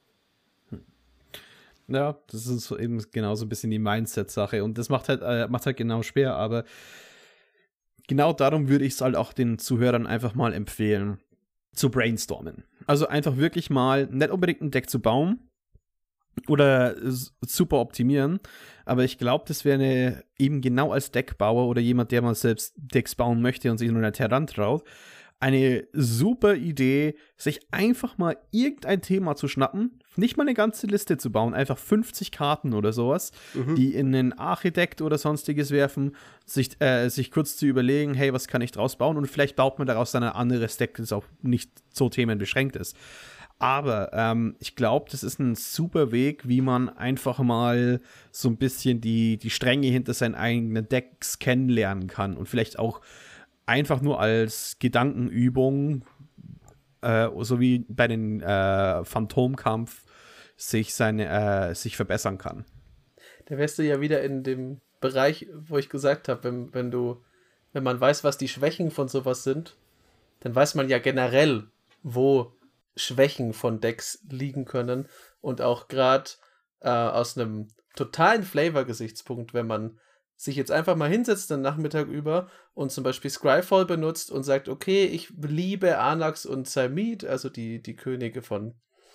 Speaker 2: Ja, das ist so eben genau so ein bisschen die Mindset-Sache und das macht halt, äh, macht halt genau schwer, aber genau darum würde ich es halt auch den Zuhörern einfach mal empfehlen, zu brainstormen. Also einfach wirklich mal nicht unbedingt ein Deck zu bauen, oder super optimieren. Aber ich glaube, das wäre eine, eben genau als Deckbauer oder jemand, der mal selbst Decks bauen möchte und sich nur nicht herantraut, eine super Idee, sich einfach mal irgendein Thema zu schnappen, nicht mal eine ganze Liste zu bauen, einfach fünfzig Karten oder sowas, mhm. die in einen Architekt oder sonstiges werfen, sich, äh, sich kurz zu überlegen, hey, was kann ich draus bauen? Und vielleicht baut man daraus dann ein anderes Deck, das auch nicht so themenbeschränkt ist. Aber ähm, ich glaube, das ist ein super Weg, wie man einfach mal so ein bisschen die, die Stränge hinter seinen eigenen Decks kennenlernen kann und vielleicht auch einfach nur als Gedankenübung, äh, so wie bei den äh, Phantomkampf, sich, seine, äh, sich verbessern kann.
Speaker 3: Da wärst du ja wieder in dem Bereich, wo ich gesagt habe, wenn, wenn du, wenn man weiß, was die Schwächen von sowas sind, dann weiß man ja generell, wo Schwächen von Decks liegen können und auch gerade äh, aus einem totalen Flavor-Gesichtspunkt, wenn man sich jetzt einfach mal hinsetzt den Nachmittag über und zum Beispiel Scryfall benutzt und sagt, okay, ich liebe Anax und Saimid, also die, die Könige von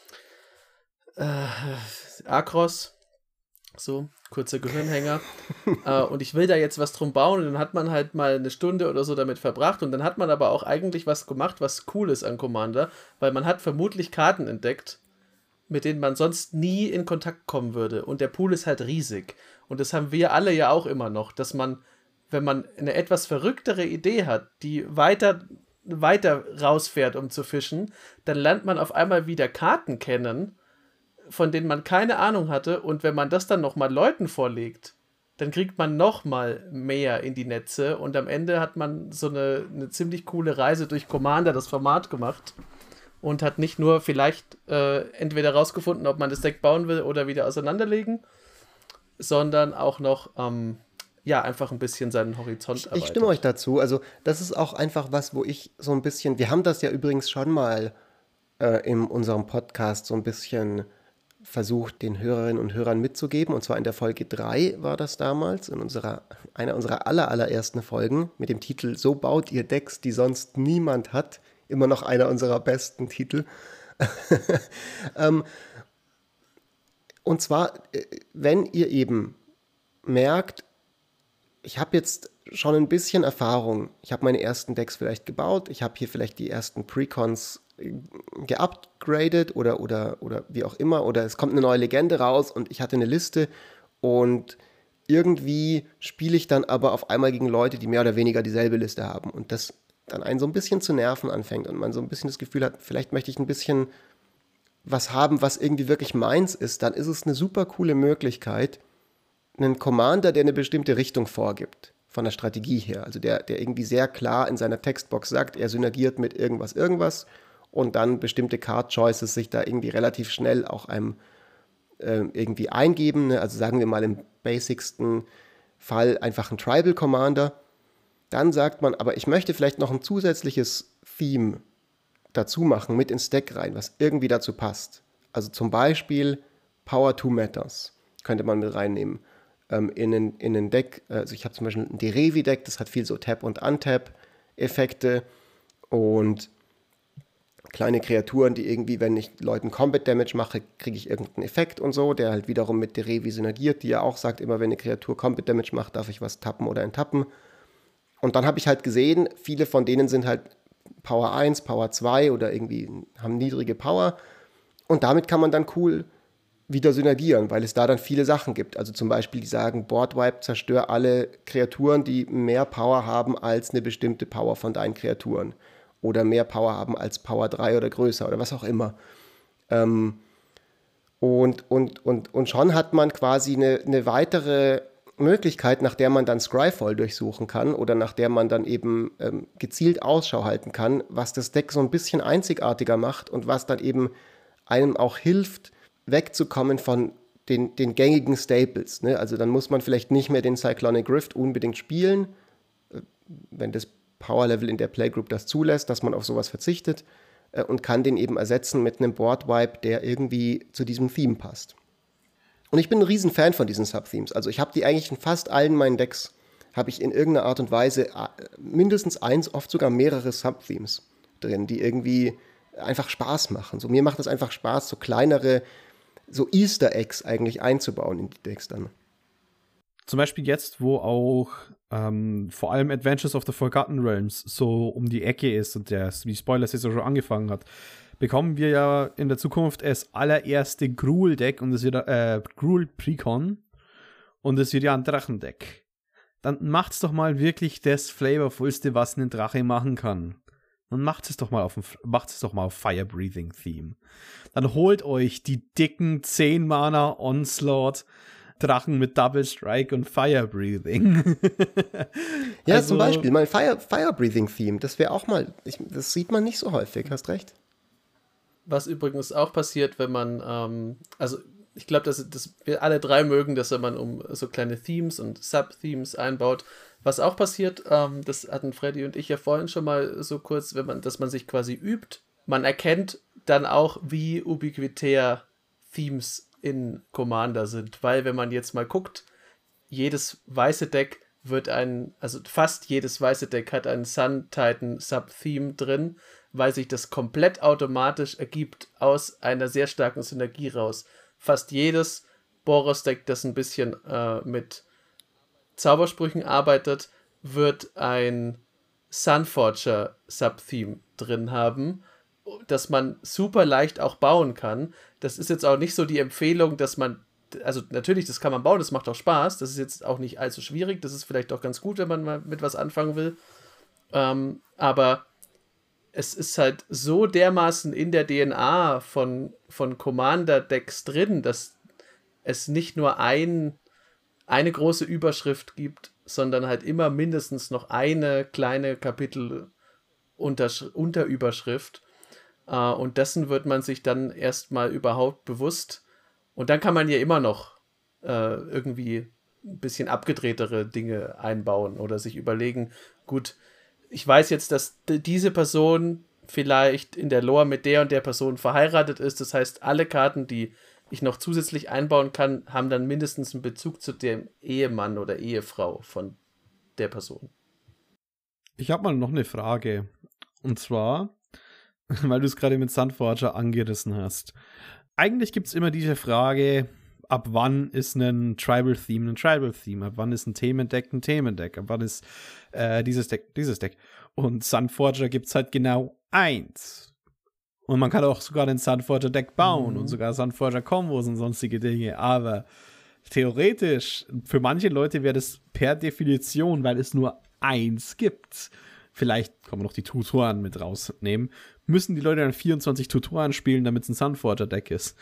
Speaker 3: äh, Akros, so, kurzer Gehirnhänger, äh, und ich will da jetzt was drum bauen und dann hat man halt mal eine Stunde oder so damit verbracht und dann hat man aber auch eigentlich was gemacht, was cool ist an Commander, weil man hat vermutlich Karten entdeckt, mit denen man sonst nie in Kontakt kommen würde und der Pool ist halt riesig. Und das haben wir alle ja auch immer noch, dass man, wenn man eine etwas verrücktere Idee hat, die weiter, weiter rausfährt, um zu fischen, dann lernt man auf einmal wieder Karten kennen, von denen man keine Ahnung hatte. Und wenn man das dann nochmal Leuten vorlegt, dann kriegt man nochmal mehr in die Netze. Und am Ende hat man so eine, eine ziemlich coole Reise durch Commander, das Format gemacht. Und hat nicht nur vielleicht äh, entweder rausgefunden, ob man das Deck bauen will oder wieder auseinanderlegen, sondern auch noch, ähm, ja, einfach ein bisschen seinen Horizont
Speaker 1: erweitert. Ich stimme euch dazu. Also das ist auch einfach was, wo ich so ein bisschen, wir haben das ja übrigens schon mal äh, in unserem Podcast so ein bisschen versucht, den Hörerinnen und Hörern mitzugeben. Und zwar in der Folge drei war das damals, in unserer, einer unserer aller, allerersten Folgen mit dem Titel So baut ihr Decks, die sonst niemand hat. Immer noch einer unserer besten Titel. ähm, Und zwar, wenn ihr eben merkt, ich habe jetzt schon ein bisschen Erfahrung, ich habe meine ersten Decks vielleicht gebaut, ich habe hier vielleicht die ersten Precons geupgradet oder, oder, oder wie auch immer, oder es kommt eine neue Legende raus und ich hatte eine Liste und irgendwie spiele ich dann aber auf einmal gegen Leute, die mehr oder weniger dieselbe Liste haben und das dann einen so ein bisschen zu nerven anfängt und man so ein bisschen das Gefühl hat, vielleicht möchte ich ein bisschen was haben, was irgendwie wirklich meins ist, dann ist es eine super coole Möglichkeit, einen Commander, der eine bestimmte Richtung vorgibt, von der Strategie her, also der, der irgendwie sehr klar in seiner Textbox sagt, er synergiert mit irgendwas, irgendwas und dann bestimmte Card-Choices sich da irgendwie relativ schnell auch einem äh, irgendwie eingeben, ne? Also sagen wir mal im basicsten Fall einfach ein Tribal-Commander, dann sagt man, aber ich möchte vielleicht noch ein zusätzliches Theme dazu machen, mit ins Deck rein, was irgendwie dazu passt. Also zum Beispiel Power to Matters könnte man mit reinnehmen. Ähm, in ein in ein Deck, also ich habe zum Beispiel ein Derevi-Deck, das hat viel so Tap- und Untap-Effekte und kleine Kreaturen, die irgendwie, wenn ich Leuten Combat-Damage mache, kriege ich irgendeinen Effekt und so, der halt wiederum mit Derevi synergiert, die ja auch sagt, immer wenn eine Kreatur Combat-Damage macht, darf ich was tappen oder enttappen. Und dann habe ich halt gesehen, viele von denen sind halt Power eins, Power zwei oder irgendwie haben niedrige Power. Und damit kann man dann cool wieder synergieren, weil es da dann viele Sachen gibt. Also zum Beispiel, die sagen, Boardwipe, zerstör alle Kreaturen, die mehr Power haben als eine bestimmte Power von deinen Kreaturen. Oder mehr Power haben als Power drei oder größer oder was auch immer. Ähm, und, und, und, und schon hat man quasi eine, eine weitere Möglichkeit, nach der man dann Scryfall durchsuchen kann oder nach der man dann eben ähm, gezielt Ausschau halten kann, was das Deck so ein bisschen einzigartiger macht und was dann eben einem auch hilft, wegzukommen von den, den gängigen Staples. Ne? Also dann muss man vielleicht nicht mehr den Cyclonic Rift unbedingt spielen, wenn das Power-Level in der Playgroup das zulässt, dass man auf sowas verzichtet äh, und kann den eben ersetzen mit einem Board-Wipe, der irgendwie zu diesem Theme passt. Und ich bin ein riesen Fan von diesen Subthemes. Also ich habe die eigentlich in fast allen meinen Decks, habe ich in irgendeiner Art und Weise mindestens eins, oft sogar mehrere Subthemes drin, die irgendwie einfach Spaß machen. So, mir macht es einfach Spaß, so kleinere so Easter Eggs eigentlich einzubauen in die Decks dann.
Speaker 2: Zum Beispiel jetzt, wo auch ähm, vor allem Adventures of the Forgotten Realms so um die Ecke ist und der, wie Spoilers jetzt auch schon angefangen hat, bekommen wir ja in der Zukunft das allererste Gruul-Deck und es wird äh, Gruul-Precon und es wird ja ein Drachendeck. Dann macht's doch mal wirklich das Flavorfulste, was ein Drache machen kann. Dann macht es doch mal auf, macht es doch mal auf Fire Breathing Theme. Dann holt euch die dicken zehn Mana Onslaught Drachen mit Double Strike und Fire Breathing.
Speaker 1: Ja,
Speaker 2: also,
Speaker 1: zum Beispiel mal Fire, Fire Breathing Theme. Das wäre auch mal, ich, das sieht man nicht so häufig, hast recht.
Speaker 3: Was übrigens auch passiert, wenn man, ähm, also ich glaube, dass, dass wir alle drei mögen, dass wenn man um so kleine Themes und Sub-Themes einbaut. Was auch passiert, ähm, das hatten Freddy und ich ja vorhin schon mal so kurz, wenn man, dass man sich quasi übt. Man erkennt dann auch, wie ubiquitär Themes in Commander sind, weil wenn man jetzt mal guckt, jedes weiße Deck wird ein, also fast jedes weiße Deck hat einen Sun Titan Sub-Theme drin, weil sich das komplett automatisch ergibt aus einer sehr starken Synergie raus. Fast jedes Boros-Deck, das ein bisschen äh, mit Zaubersprüchen arbeitet, wird ein Sunforger Sub-Theme drin haben, dass man super leicht auch bauen kann. Das ist jetzt auch nicht so die Empfehlung, dass man, also natürlich, das kann man bauen, das macht auch Spaß, das ist jetzt auch nicht allzu schwierig, das ist vielleicht auch ganz gut, wenn man mal mit was anfangen will, ähm, aber es ist halt so dermaßen in der D N A von, von Commander-Decks drin, dass es nicht nur ein, eine große Überschrift gibt, sondern halt immer mindestens noch eine kleine Kapitel-Unterüberschrift. Uh, und dessen wird man sich dann erstmal überhaupt bewusst. Und dann kann man ja immer noch uh, irgendwie ein bisschen abgedrehtere Dinge einbauen oder sich überlegen, gut, ich weiß jetzt, dass d- diese Person vielleicht in der Lore mit der und der Person verheiratet ist. Das heißt, alle Karten, die ich noch zusätzlich einbauen kann, haben dann mindestens einen Bezug zu dem Ehemann oder Ehefrau von der Person.
Speaker 2: Ich habe mal noch eine Frage. Und zwar, weil du es gerade mit Sunforger angerissen hast. Eigentlich gibt es immer diese Frage, ab wann ist ein Tribal-Theme ein Tribal-Theme? Ab wann ist ein Themendeck ein Themendeck? Ab wann ist äh, dieses Deck dieses Deck? Und Sunforger gibt es halt genau eins. Und man kann auch sogar den Sunforger-Deck bauen mhm. und sogar Sunforger-Kombos und sonstige Dinge. Aber theoretisch, für manche Leute wäre das per Definition, weil es nur eins gibt. Vielleicht kann man noch die Tutoren mit rausnehmen. Müssen die Leute dann vierundzwanzig Tutoren spielen, damit es ein Sunforger-Deck ist?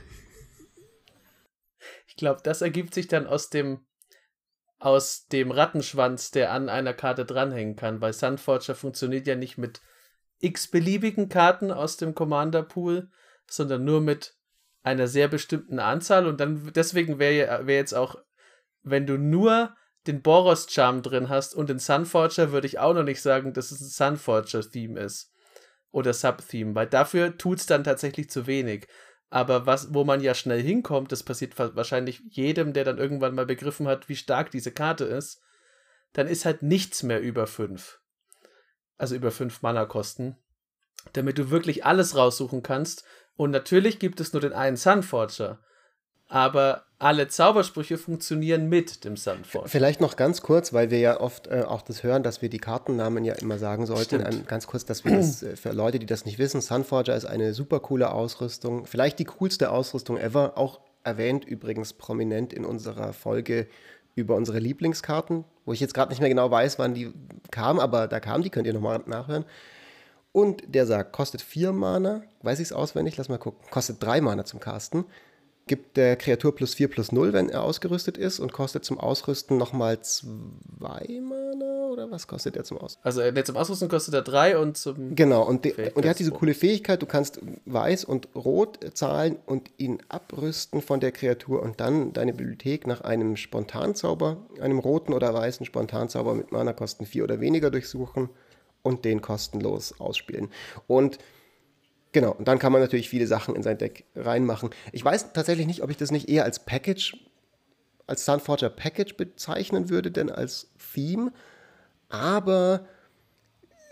Speaker 3: Ich glaube, das ergibt sich dann aus dem aus dem Rattenschwanz, der an einer Karte dranhängen kann, weil Sunforger funktioniert ja nicht mit x-beliebigen Karten aus dem Commander-Pool, sondern nur mit einer sehr bestimmten Anzahl und dann deswegen wäre wär jetzt auch, wenn du nur den Boros-Charm drin hast und den Sunforger, würde ich auch noch nicht sagen, dass es ein Sunforger-Theme ist. Oder Sub-Theme, weil dafür tut es dann tatsächlich zu wenig. Aber was, wo man ja schnell hinkommt, das passiert wahrscheinlich jedem, der dann irgendwann mal begriffen hat, wie stark diese Karte ist, dann ist halt nichts mehr über fünf. Also über fünf Mana-Kosten. Damit du wirklich alles raussuchen kannst. Und natürlich gibt es nur den einen Sunforger. Aber alle Zaubersprüche funktionieren mit dem Sunforger.
Speaker 1: Vielleicht noch ganz kurz, weil wir ja oft äh, auch das hören, dass wir die Kartennamen ja immer sagen sollten. Ähm, ganz kurz, dass wir das äh, für Leute, die das nicht wissen, Sunforger ist eine super coole Ausrüstung. Vielleicht die coolste Ausrüstung ever. Auch erwähnt übrigens prominent in unserer Folge über unsere Lieblingskarten, wo ich jetzt gerade nicht mehr genau weiß, wann die kam, aber da kam die, könnt ihr nochmal nachhören. Und der sagt, kostet vier Mana, weiß ich es auswendig, lass mal gucken, kostet drei Mana zum Casten. Gibt der Kreatur plus vier plus null, wenn er ausgerüstet ist und kostet zum Ausrüsten nochmal zwei Mana oder was kostet er zum Ausrüsten?
Speaker 3: Also der zum Ausrüsten kostet er drei und zum
Speaker 1: Genau, und, de, und er hat diese coole Fähigkeit, du kannst weiß und rot zahlen und ihn abrüsten von der Kreatur und dann deine Bibliothek nach einem Spontanzauber, einem roten oder weißen Spontanzauber mit Mana-Kosten vier oder weniger durchsuchen und den kostenlos ausspielen. Und genau, und dann kann man natürlich viele Sachen in sein Deck reinmachen. Ich weiß tatsächlich nicht, ob ich das nicht eher als Package, als Sunforger Package bezeichnen würde, denn als Theme. Aber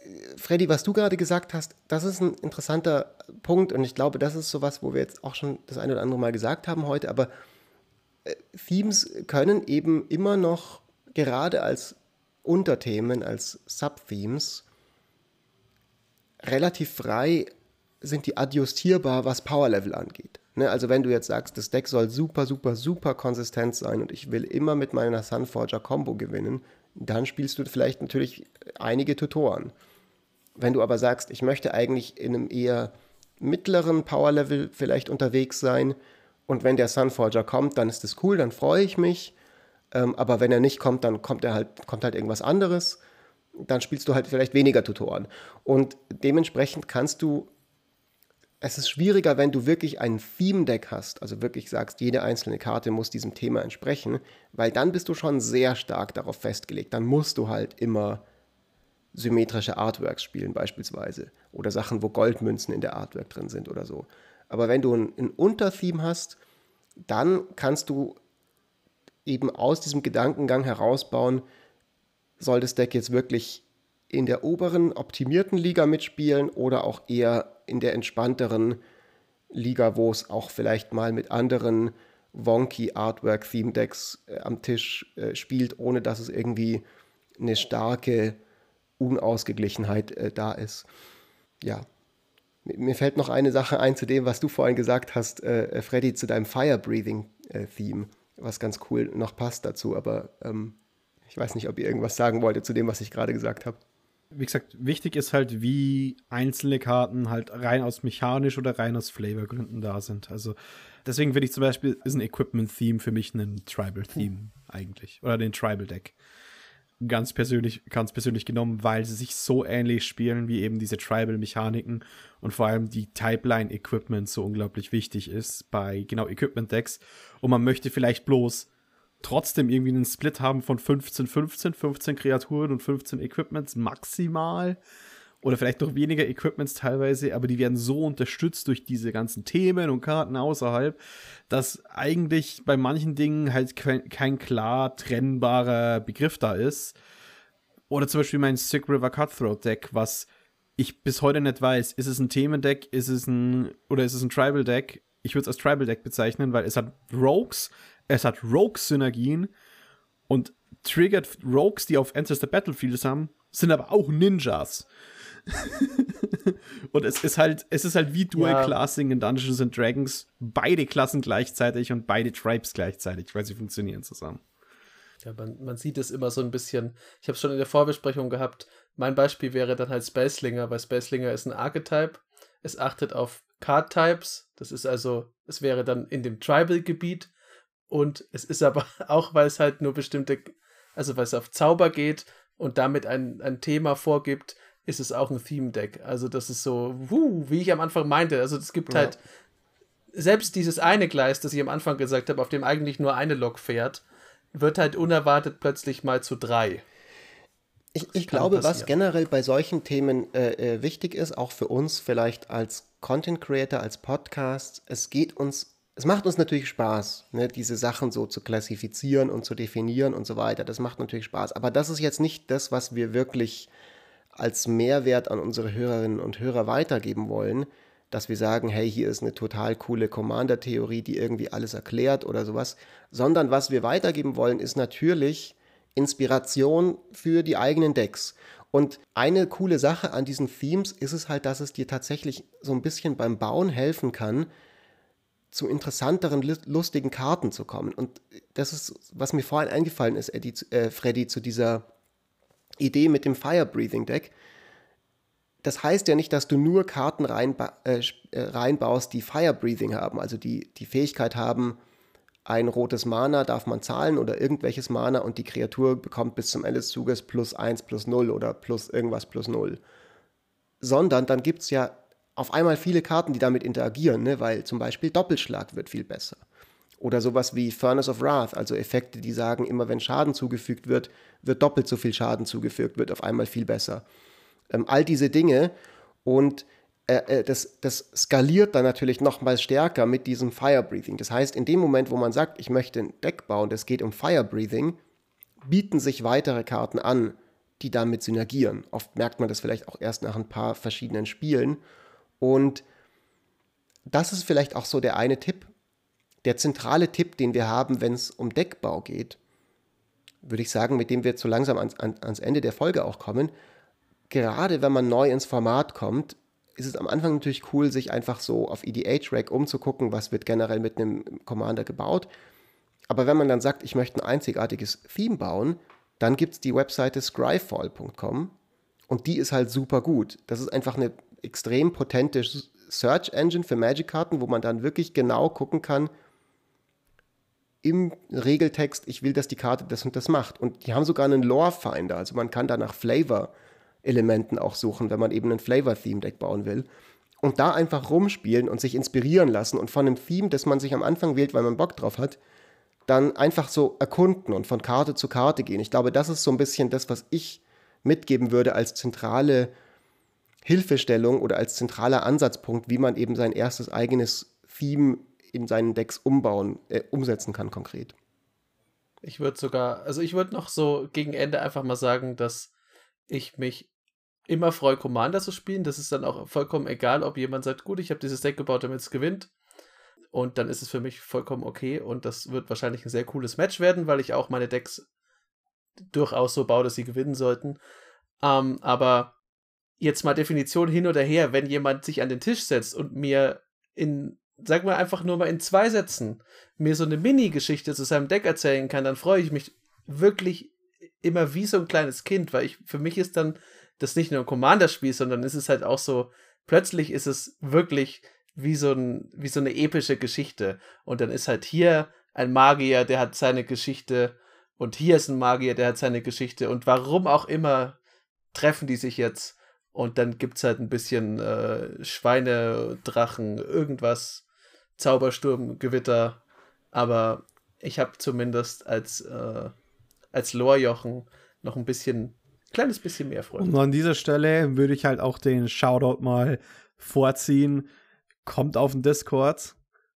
Speaker 1: Freddy, was du gerade gesagt hast, das ist ein interessanter Punkt und ich glaube, das ist sowas, wo wir jetzt auch schon das eine oder andere Mal gesagt haben heute, aber äh, Themes können eben immer noch gerade als Unterthemen, als Subthemes relativ frei sind die adjustierbar, was Powerlevel angeht. Ne? Also wenn du jetzt sagst, das Deck soll super, super, super konsistent sein und ich will immer mit meiner Sunforger Combo gewinnen, dann spielst du vielleicht natürlich einige Tutoren. Wenn du aber sagst, ich möchte eigentlich in einem eher mittleren Powerlevel vielleicht unterwegs sein und wenn der Sunforger kommt, dann ist das cool, dann freue ich mich. Ähm, aber wenn er nicht kommt, dann kommt er halt, kommt halt irgendwas anderes. Dann spielst du halt vielleicht weniger Tutoren. Und dementsprechend kannst du, es ist schwieriger, wenn du wirklich ein Theme-Deck hast, also wirklich sagst, jede einzelne Karte muss diesem Thema entsprechen, weil dann bist du schon sehr stark darauf festgelegt. Dann musst du halt immer symmetrische Artworks spielen beispielsweise oder Sachen, wo Goldmünzen in der Artwork drin sind oder so. Aber wenn du ein, ein Untertheme hast, dann kannst du eben aus diesem Gedankengang herausbauen, soll das Deck jetzt wirklich in der oberen, optimierten Liga mitspielen oder auch eher in der entspannteren Liga, wo es auch vielleicht mal mit anderen wonky Artwork-Theme-Decks äh, am Tisch äh, spielt, ohne dass es irgendwie eine starke Unausgeglichenheit äh, da ist. Ja, mir fällt noch eine Sache ein zu dem, was du vorhin gesagt hast, äh, Freddy, zu deinem Fire-Breathing-Theme, was ganz cool noch passt dazu, aber ähm, ich weiß nicht, ob ihr irgendwas sagen wolltet zu dem, was ich gerade gesagt habe.
Speaker 2: Wie gesagt, wichtig ist halt, wie einzelne Karten halt rein aus mechanisch oder rein aus Flavorgründen da sind. Also deswegen finde ich zum Beispiel, ist ein Equipment-Theme für mich ein Tribal-Theme hm. eigentlich. Oder den Tribal-Deck. Ganz persönlich, ganz persönlich genommen, weil sie sich so ähnlich spielen wie eben diese Tribal-Mechaniken und vor allem die Typeline-Equipment so unglaublich wichtig ist bei genau Equipment-Decks. Und man möchte vielleicht bloß trotzdem irgendwie einen Split haben von fünfzehn fünfzehn, fünfzehn Kreaturen und fünfzehn Equipments maximal. Oder vielleicht noch weniger Equipments teilweise, aber die werden so unterstützt durch diese ganzen Themen und Karten außerhalb, dass eigentlich bei manchen Dingen halt kein, kein klar trennbarer Begriff da ist. Oder zum Beispiel mein Sick River Cutthroat Deck, was ich bis heute nicht weiß, ist es ein Themendeck, ist es ein, oder ist es ein Tribal Deck? Ich würde es als Tribal Deck bezeichnen, weil es hat Rogues, es hat Rogue-Synergien und triggert Rogues, die auf Enters the Battlefield haben, sind aber auch Ninjas. Und es ist halt, es ist halt wie Dual-Classing ja. in Dungeons and Dragons, beide Klassen gleichzeitig und beide Tribes gleichzeitig, weil sie funktionieren zusammen.
Speaker 3: Ja, man, man sieht es immer so ein bisschen. Ich habe es schon in der Vorbesprechung gehabt. Mein Beispiel wäre dann halt Spacelinger, weil Spacelinger ist ein Archetype. Es achtet auf Card-Types. Das ist also, es wäre dann in dem Tribal-Gebiet. Und es ist aber auch, weil es halt nur bestimmte, also weil es auf Zauber geht und damit ein, ein Thema vorgibt, ist es auch ein Theme-Deck. Also das ist so, wuh, wie ich am Anfang meinte. Also es gibt ja. halt selbst dieses eine Gleis, das ich am Anfang gesagt habe, auf dem eigentlich nur eine Lok fährt, wird halt unerwartet plötzlich mal zu drei.
Speaker 1: Ich, ich glaube, passieren. Was generell bei solchen Themen äh, äh, wichtig ist, auch für uns vielleicht als Content Creator, als Podcast, es geht uns Es macht uns natürlich Spaß, ne, diese Sachen so zu klassifizieren und zu definieren und so weiter. Das macht natürlich Spaß. Aber das ist jetzt nicht das, was wir wirklich als Mehrwert an unsere Hörerinnen und Hörer weitergeben wollen, dass wir sagen, hey, hier ist eine total coole Commander-Theorie, die irgendwie alles erklärt oder sowas. Sondern was wir weitergeben wollen, ist natürlich Inspiration für die eigenen Decks. Und eine coole Sache an diesen Themes ist es halt, dass es dir tatsächlich so ein bisschen beim Bauen helfen kann, zu interessanteren, lustigen Karten zu kommen. Und das ist, was mir vorhin eingefallen ist, Eddie, äh, Freddy, zu dieser Idee mit dem Fire-Breathing-Deck. Das heißt ja nicht, dass du nur Karten reinba- äh, reinbaust, die Fire-Breathing haben, also die die Fähigkeit haben, ein rotes Mana darf man zahlen oder irgendwelches Mana und die Kreatur bekommt bis zum Ende des Zuges plus eins, plus null oder plus irgendwas plus null. Sondern dann gibt es ja auf einmal viele Karten, die damit interagieren, ne? Weil zum Beispiel Doppelschlag wird viel besser. Oder sowas wie Furnace of Wrath, also Effekte, die sagen, immer wenn Schaden zugefügt wird, wird doppelt so viel Schaden zugefügt, wird auf einmal viel besser. Ähm, all diese Dinge und äh, das, das skaliert dann natürlich nochmal stärker mit diesem Fire Breathing. Das heißt, in dem Moment, wo man sagt, ich möchte ein Deck bauen, das geht um Fire Breathing, bieten sich weitere Karten an, die damit synergieren. Oft merkt man das vielleicht auch erst nach ein paar verschiedenen Spielen. Und das ist vielleicht auch so der eine Tipp, der zentrale Tipp, den wir haben, wenn es um Deckbau geht, würde ich sagen, mit dem wir zu langsam ans, ans Ende der Folge auch kommen. Gerade wenn man neu ins Format kommt, ist es am Anfang natürlich cool, sich einfach so auf E D H-Rec umzugucken, was wird generell mit einem Commander gebaut. Aber wenn man dann sagt, ich möchte ein einzigartiges Theme bauen, dann gibt es die Webseite scryfall punkt com und die ist halt super gut. Das ist einfach eine extrem potente Search Engine für Magic-Karten, wo man dann wirklich genau gucken kann, im Regeltext, ich will, dass die Karte das und das macht. Und die haben sogar einen Lore-Finder, also man kann da nach Flavor-Elementen auch suchen, wenn man eben ein Flavor-Theme-Deck bauen will. Und da einfach rumspielen und sich inspirieren lassen und von einem Theme, das man sich am Anfang wählt, weil man Bock drauf hat, dann einfach so erkunden und von Karte zu Karte gehen. Ich glaube, das ist so ein bisschen das, was ich mitgeben würde als zentrale Hilfestellung oder als zentraler Ansatzpunkt, wie man eben sein erstes eigenes Theme in seinen Decks umbauen, äh, umsetzen kann konkret.
Speaker 3: Ich würde sogar, also ich würde noch so gegen Ende einfach mal sagen, dass ich mich immer freue, Commander zu spielen. Das ist dann auch vollkommen egal, ob jemand sagt, gut, ich habe dieses Deck gebaut, damit es gewinnt. Und dann ist es für mich vollkommen okay. Und das wird wahrscheinlich ein sehr cooles Match werden, weil ich auch meine Decks durchaus so baue, dass sie gewinnen sollten. Ähm, aber jetzt mal Definition hin oder her, wenn jemand sich an den Tisch setzt und mir in, sag mal einfach nur mal in zwei Sätzen, mir so eine Mini-Geschichte zu seinem Deck erzählen kann, dann freue ich mich wirklich immer wie so ein kleines Kind, weil ich, für mich ist dann das nicht nur ein Commander-Spiel, sondern es ist halt auch so, plötzlich ist es wirklich wie so, ein, wie so eine epische Geschichte. Und dann ist halt hier ein Magier, der hat seine Geschichte und hier ist ein Magier, der hat seine Geschichte und warum auch immer treffen die sich jetzt und dann gibt's halt ein bisschen äh, Schweine, Drachen, irgendwas, Zaubersturm, Gewitter, aber ich habe zumindest als, äh, als Lorjochen noch ein bisschen, kleines bisschen mehr Freude.
Speaker 2: Und an dieser Stelle würde ich halt auch den Shoutout mal vorziehen, kommt auf den Discord,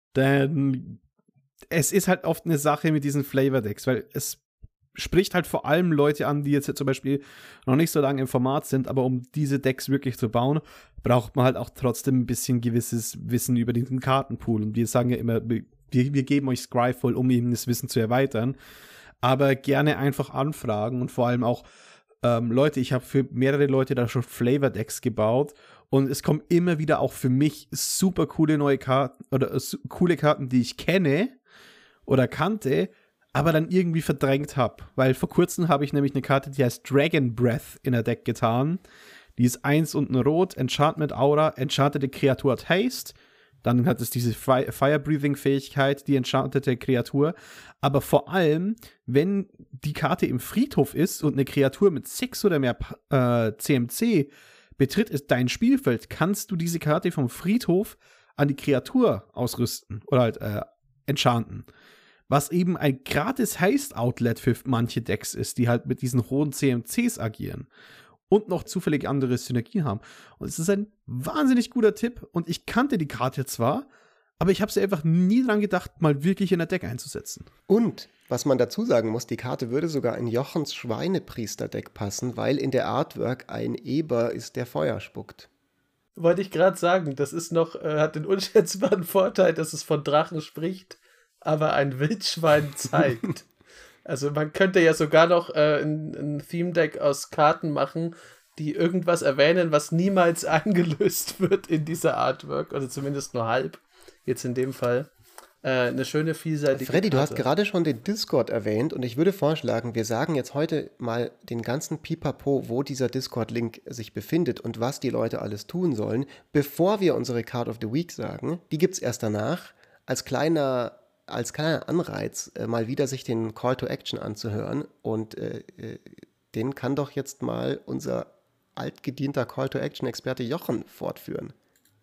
Speaker 2: denn es ist halt oft eine Sache mit diesen Flavor-Decks, weil es spricht halt vor allem Leute an, die jetzt zum Beispiel noch nicht so lange im Format sind, aber um diese Decks wirklich zu bauen, braucht man halt auch trotzdem ein bisschen gewisses Wissen über diesen Kartenpool. Und wir sagen ja immer, wir, wir geben euch Scryfall, um eben das Wissen zu erweitern. Aber gerne einfach anfragen und vor allem auch ähm, Leute, ich habe für mehrere Leute da schon Flavor-Decks gebaut und es kommen immer wieder auch für mich super coole neue Karten oder äh, coole Karten, die ich kenne oder kannte, aber dann irgendwie verdrängt habe. Weil vor kurzem habe ich nämlich eine Karte, die heißt Dragon Breath in der Deck getan. Die ist eins und ein Rot, Enchantment Aura, enchantete Kreatur hat Haste. Dann hat es diese Fire-Breathing-Fähigkeit, die enchantete Kreatur. Aber vor allem, wenn die Karte im Friedhof ist und eine Kreatur mit sechs oder mehr äh, C M C betritt ist dein Spielfeld, kannst du diese Karte vom Friedhof an die Kreatur ausrüsten oder halt äh, enchanten. Was eben ein gratis Haste-Outlet für manche Decks ist, die halt mit diesen hohen C M Cs agieren und noch zufällig andere Synergien haben. Und es ist ein wahnsinnig guter Tipp und ich kannte die Karte zwar, aber ich habe sie einfach nie dran gedacht, mal wirklich in der Deck einzusetzen.
Speaker 1: Und, was man dazu sagen muss, die Karte würde sogar in Jochens Schweinepriester-Deck passen, weil in der Artwork ein Eber ist, der Feuer spuckt.
Speaker 3: Wollte ich gerade sagen, das ist noch, äh, hat den unschätzbaren Vorteil, dass es von Drachen spricht, aber ein Wildschwein zeigt. Also man könnte ja sogar noch äh, ein, ein Theme-Deck aus Karten machen, die irgendwas erwähnen, was niemals eingelöst wird in dieser Artwork, oder zumindest nur halb, jetzt in dem Fall. Äh, eine schöne, vielseitige
Speaker 1: Freddy,
Speaker 3: Karte.
Speaker 1: du hast gerade schon den Discord erwähnt und ich würde vorschlagen, wir sagen jetzt heute mal den ganzen Pipapo, wo dieser Discord-Link sich befindet und was die Leute alles tun sollen, bevor wir unsere Card of the Week sagen. Die gibt es erst danach, als kleiner als kleiner Anreiz, äh, mal wieder sich den Call to Action anzuhören. Und äh, äh, den kann doch jetzt mal unser altgedienter Call to Action-Experte Jochen fortführen.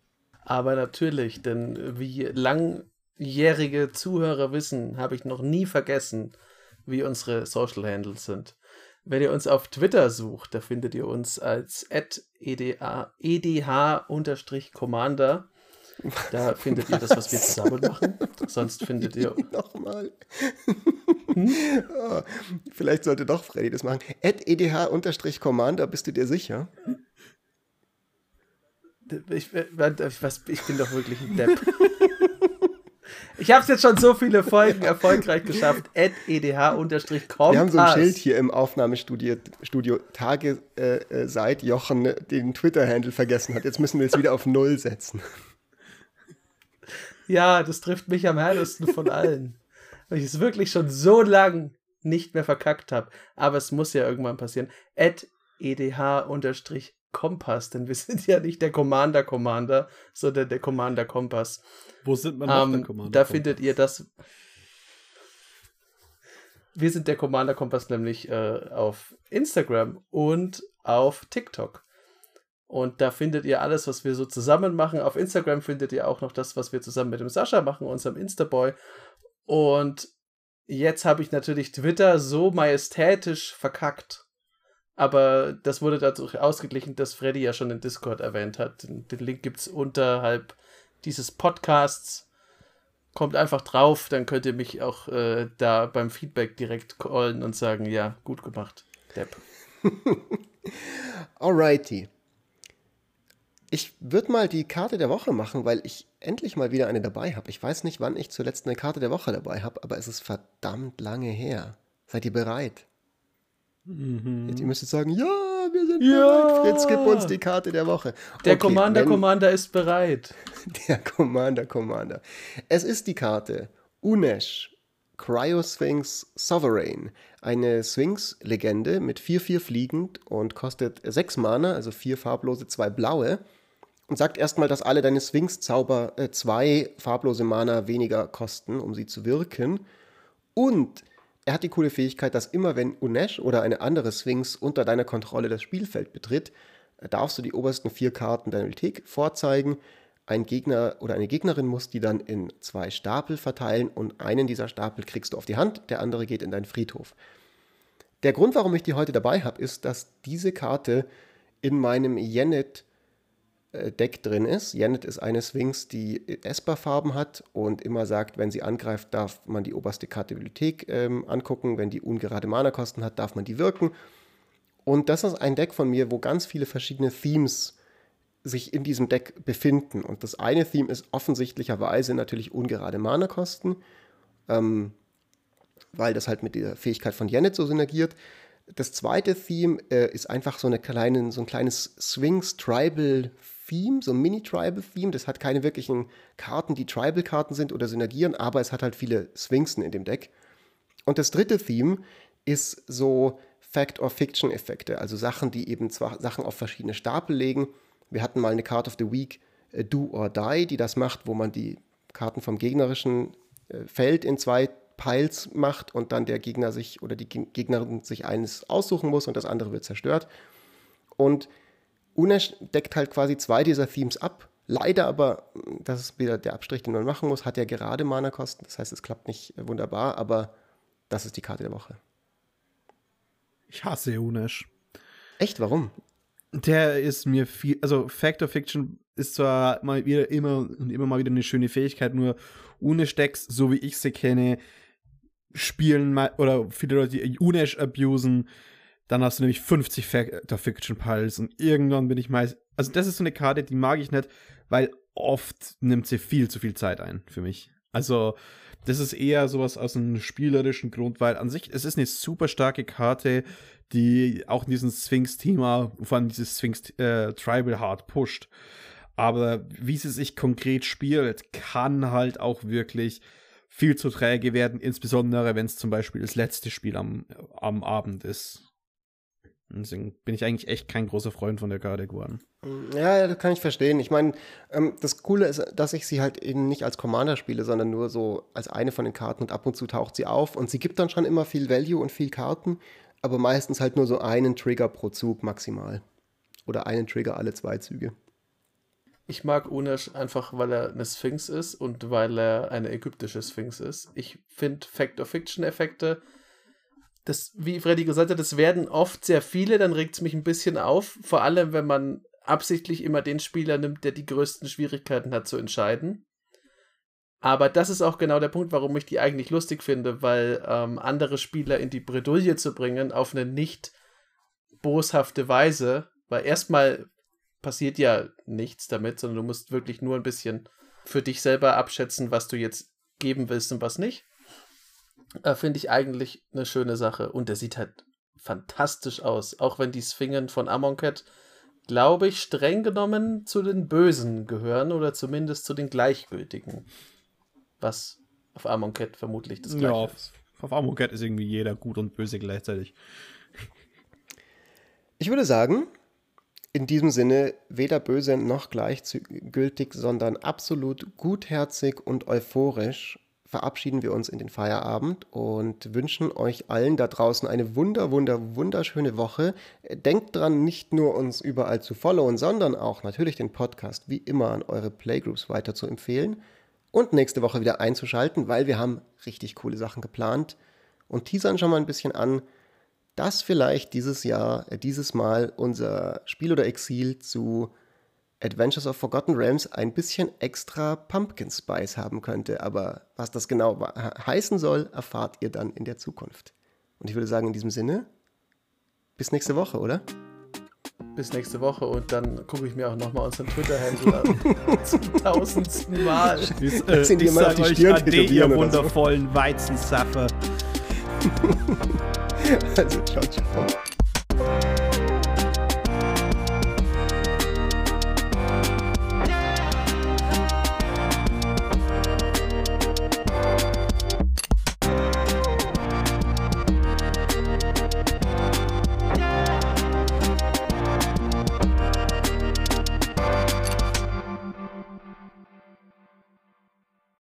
Speaker 3: Aber natürlich, denn wie langjährige Zuhörer wissen, habe ich noch nie vergessen, wie unsere Social Handles sind. Wenn ihr uns auf Twitter sucht, da findet ihr uns als at e d h-commander. Da findet ihr das, was wir zusammen machen. Sonst findet ihr...
Speaker 1: Nochmal. Oh, vielleicht sollte doch Freddy das machen. at edh-commander, bist du dir sicher?
Speaker 3: Ich, was, ich bin doch wirklich ein Depp. Ich habe es jetzt schon so viele Folgen erfolgreich geschafft. at edh-kompass.
Speaker 1: Wir haben so ein Schild hier im Aufnahmestudio, Studio, Tage äh, seit Jochen den Twitter-Handle vergessen hat. Jetzt müssen wir es wieder auf Null setzen.
Speaker 3: Ja, das trifft mich am härtesten von allen. Weil ich es wirklich schon so lang nicht mehr verkackt habe. Aber es muss ja irgendwann passieren. at edh-kompass, denn wir sind ja nicht der Commander Commander, sondern der Commander Kompass.
Speaker 2: Wo sind wir noch
Speaker 3: ähm,
Speaker 2: der Commander
Speaker 3: Da
Speaker 2: Kompass?
Speaker 3: findet ihr das. Wir sind der Commander Kompass nämlich äh, auf Instagram und auf TikTok. Und da findet ihr alles, was wir so zusammen machen. Auf Instagram findet ihr auch noch das, was wir zusammen mit dem Sascha machen, unserem Instaboy. Und jetzt habe ich natürlich Twitter so majestätisch verkackt. Aber das wurde dadurch ausgeglichen, dass Freddy ja schon den Discord erwähnt hat. Den, den Link gibt es unterhalb dieses Podcasts. Kommt einfach drauf, dann könnt ihr mich auch äh, da beim Feedback direkt callen und sagen, ja, gut gemacht, Depp.
Speaker 1: Alrighty. Ich würde mal die Karte der Woche machen, weil ich endlich mal wieder eine dabei habe. Ich weiß nicht, wann ich zuletzt eine Karte der Woche dabei habe, aber es ist verdammt lange her. Seid ihr bereit? Mhm. Jetzt, ihr müsstet sagen, ja, wir sind
Speaker 3: ja.
Speaker 1: bereit. Fritz, gib uns die Karte der Woche.
Speaker 3: Der
Speaker 1: okay,
Speaker 3: Commander
Speaker 1: wenn,
Speaker 3: Commander ist bereit.
Speaker 1: Der Commander Commander. Es ist die Karte Unesh, Cryosphinx Sovereign. Eine Sphinx-Legende mit vier vier fliegend und kostet sechs Mana, also vier farblose, zwei blaue. Und sagt erstmal, dass alle deine Sphinx-Zauber äh, zwei farblose Mana weniger kosten, um sie zu wirken. Und er hat die coole Fähigkeit, dass immer wenn Unesh oder eine andere Sphinx unter deiner Kontrolle das Spielfeld betritt, darfst du die obersten vier Karten deiner Bibliothek vorzeigen. Ein Gegner oder eine Gegnerin muss die dann in zwei Stapel verteilen und einen dieser Stapel kriegst du auf die Hand, der andere geht in deinen Friedhof. Der Grund, warum ich die heute dabei habe, ist, dass diese Karte in meinem Yennet Deck drin ist. Yennet ist eine Sphinx, die Esper-Farben hat und immer sagt, wenn sie angreift, darf man die oberste Karte der Bibliothek ähm, angucken. Wenn die ungerade Mana-Kosten hat, darf man die wirken. Und das ist ein Deck von mir, wo ganz viele verschiedene Themes sich in diesem Deck befinden. Und das eine Theme ist offensichtlicherweise natürlich ungerade Mana-Kosten, ähm, weil das halt mit der Fähigkeit von Yennet so synergiert. Das zweite Theme äh, ist einfach so, eine kleine, so ein kleines Sphinx-Tribal-Theme, so ein Mini-Tribal-Theme. Das hat keine wirklichen Karten, die Tribal-Karten sind oder synergieren, aber es hat halt viele Sphinxen in dem Deck. Und das dritte Theme ist so Fact-or-Fiction-Effekte, also Sachen, die eben zwar Sachen auf verschiedene Stapel legen. Wir hatten mal eine Card of the Week, äh, Do or Die, die das macht, wo man die Karten vom gegnerischen äh, Feld in zwei Piles macht und dann der Gegner sich oder die Gegnerin sich eines aussuchen muss und das andere wird zerstört. Und Unesh deckt halt quasi zwei dieser Themes ab. Leider aber, das ist wieder der Abstrich, den man machen muss, hat ja gerade Mana-Kosten. Das heißt, es klappt nicht wunderbar, aber das ist die Karte der Woche.
Speaker 2: Ich hasse Unesh.
Speaker 1: Echt? Warum?
Speaker 2: Der ist mir viel, also Fact or Fiction ist zwar mal wieder immer und immer mal wieder eine schöne Fähigkeit, nur Unesh-Decks, so wie ich sie kenne, spielen mal, oder viele Leute, die Unesh abusen, dann hast du nämlich fünfzig Fact or Fiction Piles und irgendwann bin ich meist, also das ist so eine Karte, die mag ich nicht, weil oft nimmt sie viel zu viel Zeit ein für mich. Also das ist eher sowas aus einem spielerischen Grund, weil an sich, es ist eine super starke Karte, die auch in diesem Sphinx-Thema, vor allem dieses Sphinx-Tribal äh, hard pusht. Aber wie sie sich konkret spielt, kann halt auch wirklich viel zu träge werden, insbesondere wenn es zum Beispiel das letzte Spiel am, am Abend ist. Deswegen bin ich eigentlich echt kein großer Freund von der Karte geworden.
Speaker 1: Ja, das kann ich verstehen. Ich meine, ähm, das Coole ist, dass ich sie halt eben nicht als Commander spiele, sondern nur so als eine von den Karten und ab und zu taucht sie auf und sie gibt dann schon immer viel Value und viel Karten, aber meistens halt nur so einen Trigger pro Zug maximal. Oder einen Trigger alle zwei Züge.
Speaker 3: Ich mag Unesh einfach, weil er eine Sphinx ist und weil er eine ägyptische Sphinx ist. Ich finde Fact-or-Fiction-Effekte, das, wie Freddy gesagt hat, das werden oft sehr viele, dann regt es mich ein bisschen auf. Vor allem, wenn man absichtlich immer den Spieler nimmt, der die größten Schwierigkeiten hat zu entscheiden. Aber das ist auch genau der Punkt, warum ich die eigentlich lustig finde, weil ähm, andere Spieler in die Bredouille zu bringen auf eine nicht boshafte Weise, weil erstmal passiert ja nichts damit, sondern du musst wirklich nur ein bisschen für dich selber abschätzen, was du jetzt geben willst und was nicht. Äh, finde ich eigentlich eine schöne Sache. Und der sieht halt fantastisch aus. Auch wenn die Sphingen von Amonkhet, glaube ich, streng genommen zu den Bösen gehören oder zumindest zu den Gleichgültigen. Was auf Amonkhet vermutlich das Gleiche
Speaker 2: ja,
Speaker 3: ist.
Speaker 2: Auf Amonkhet ist irgendwie jeder gut und böse gleichzeitig.
Speaker 1: Ich würde sagen, in diesem Sinne weder böse noch gleichgültig, sondern absolut gutherzig und euphorisch verabschieden wir uns in den Feierabend und wünschen euch allen da draußen eine wunder, wunder, wunderschöne Woche. Denkt dran, nicht nur uns überall zu followen, sondern auch natürlich den Podcast wie immer an eure Playgroups weiter zu empfehlen und nächste Woche wieder einzuschalten, weil wir haben richtig coole Sachen geplant und teasern schon mal ein bisschen an, dass vielleicht dieses Jahr, äh, dieses Mal unser Spiel oder Exil zu Adventures of Forgotten Realms ein bisschen extra Pumpkin Spice haben könnte. Aber was das genau heißen soll, erfahrt ihr dann in der Zukunft. Und ich würde sagen, in diesem Sinne, bis nächste Woche, oder?
Speaker 3: Bis nächste Woche und dann gucke ich mir auch nochmal unseren Twitter-Handle an. Zum tausendsten Mal.
Speaker 2: Ich, äh, ich, ich sage euch Ade, ihr wundervollen so. Weizensaffer.
Speaker 1: Also, ciao, ciao.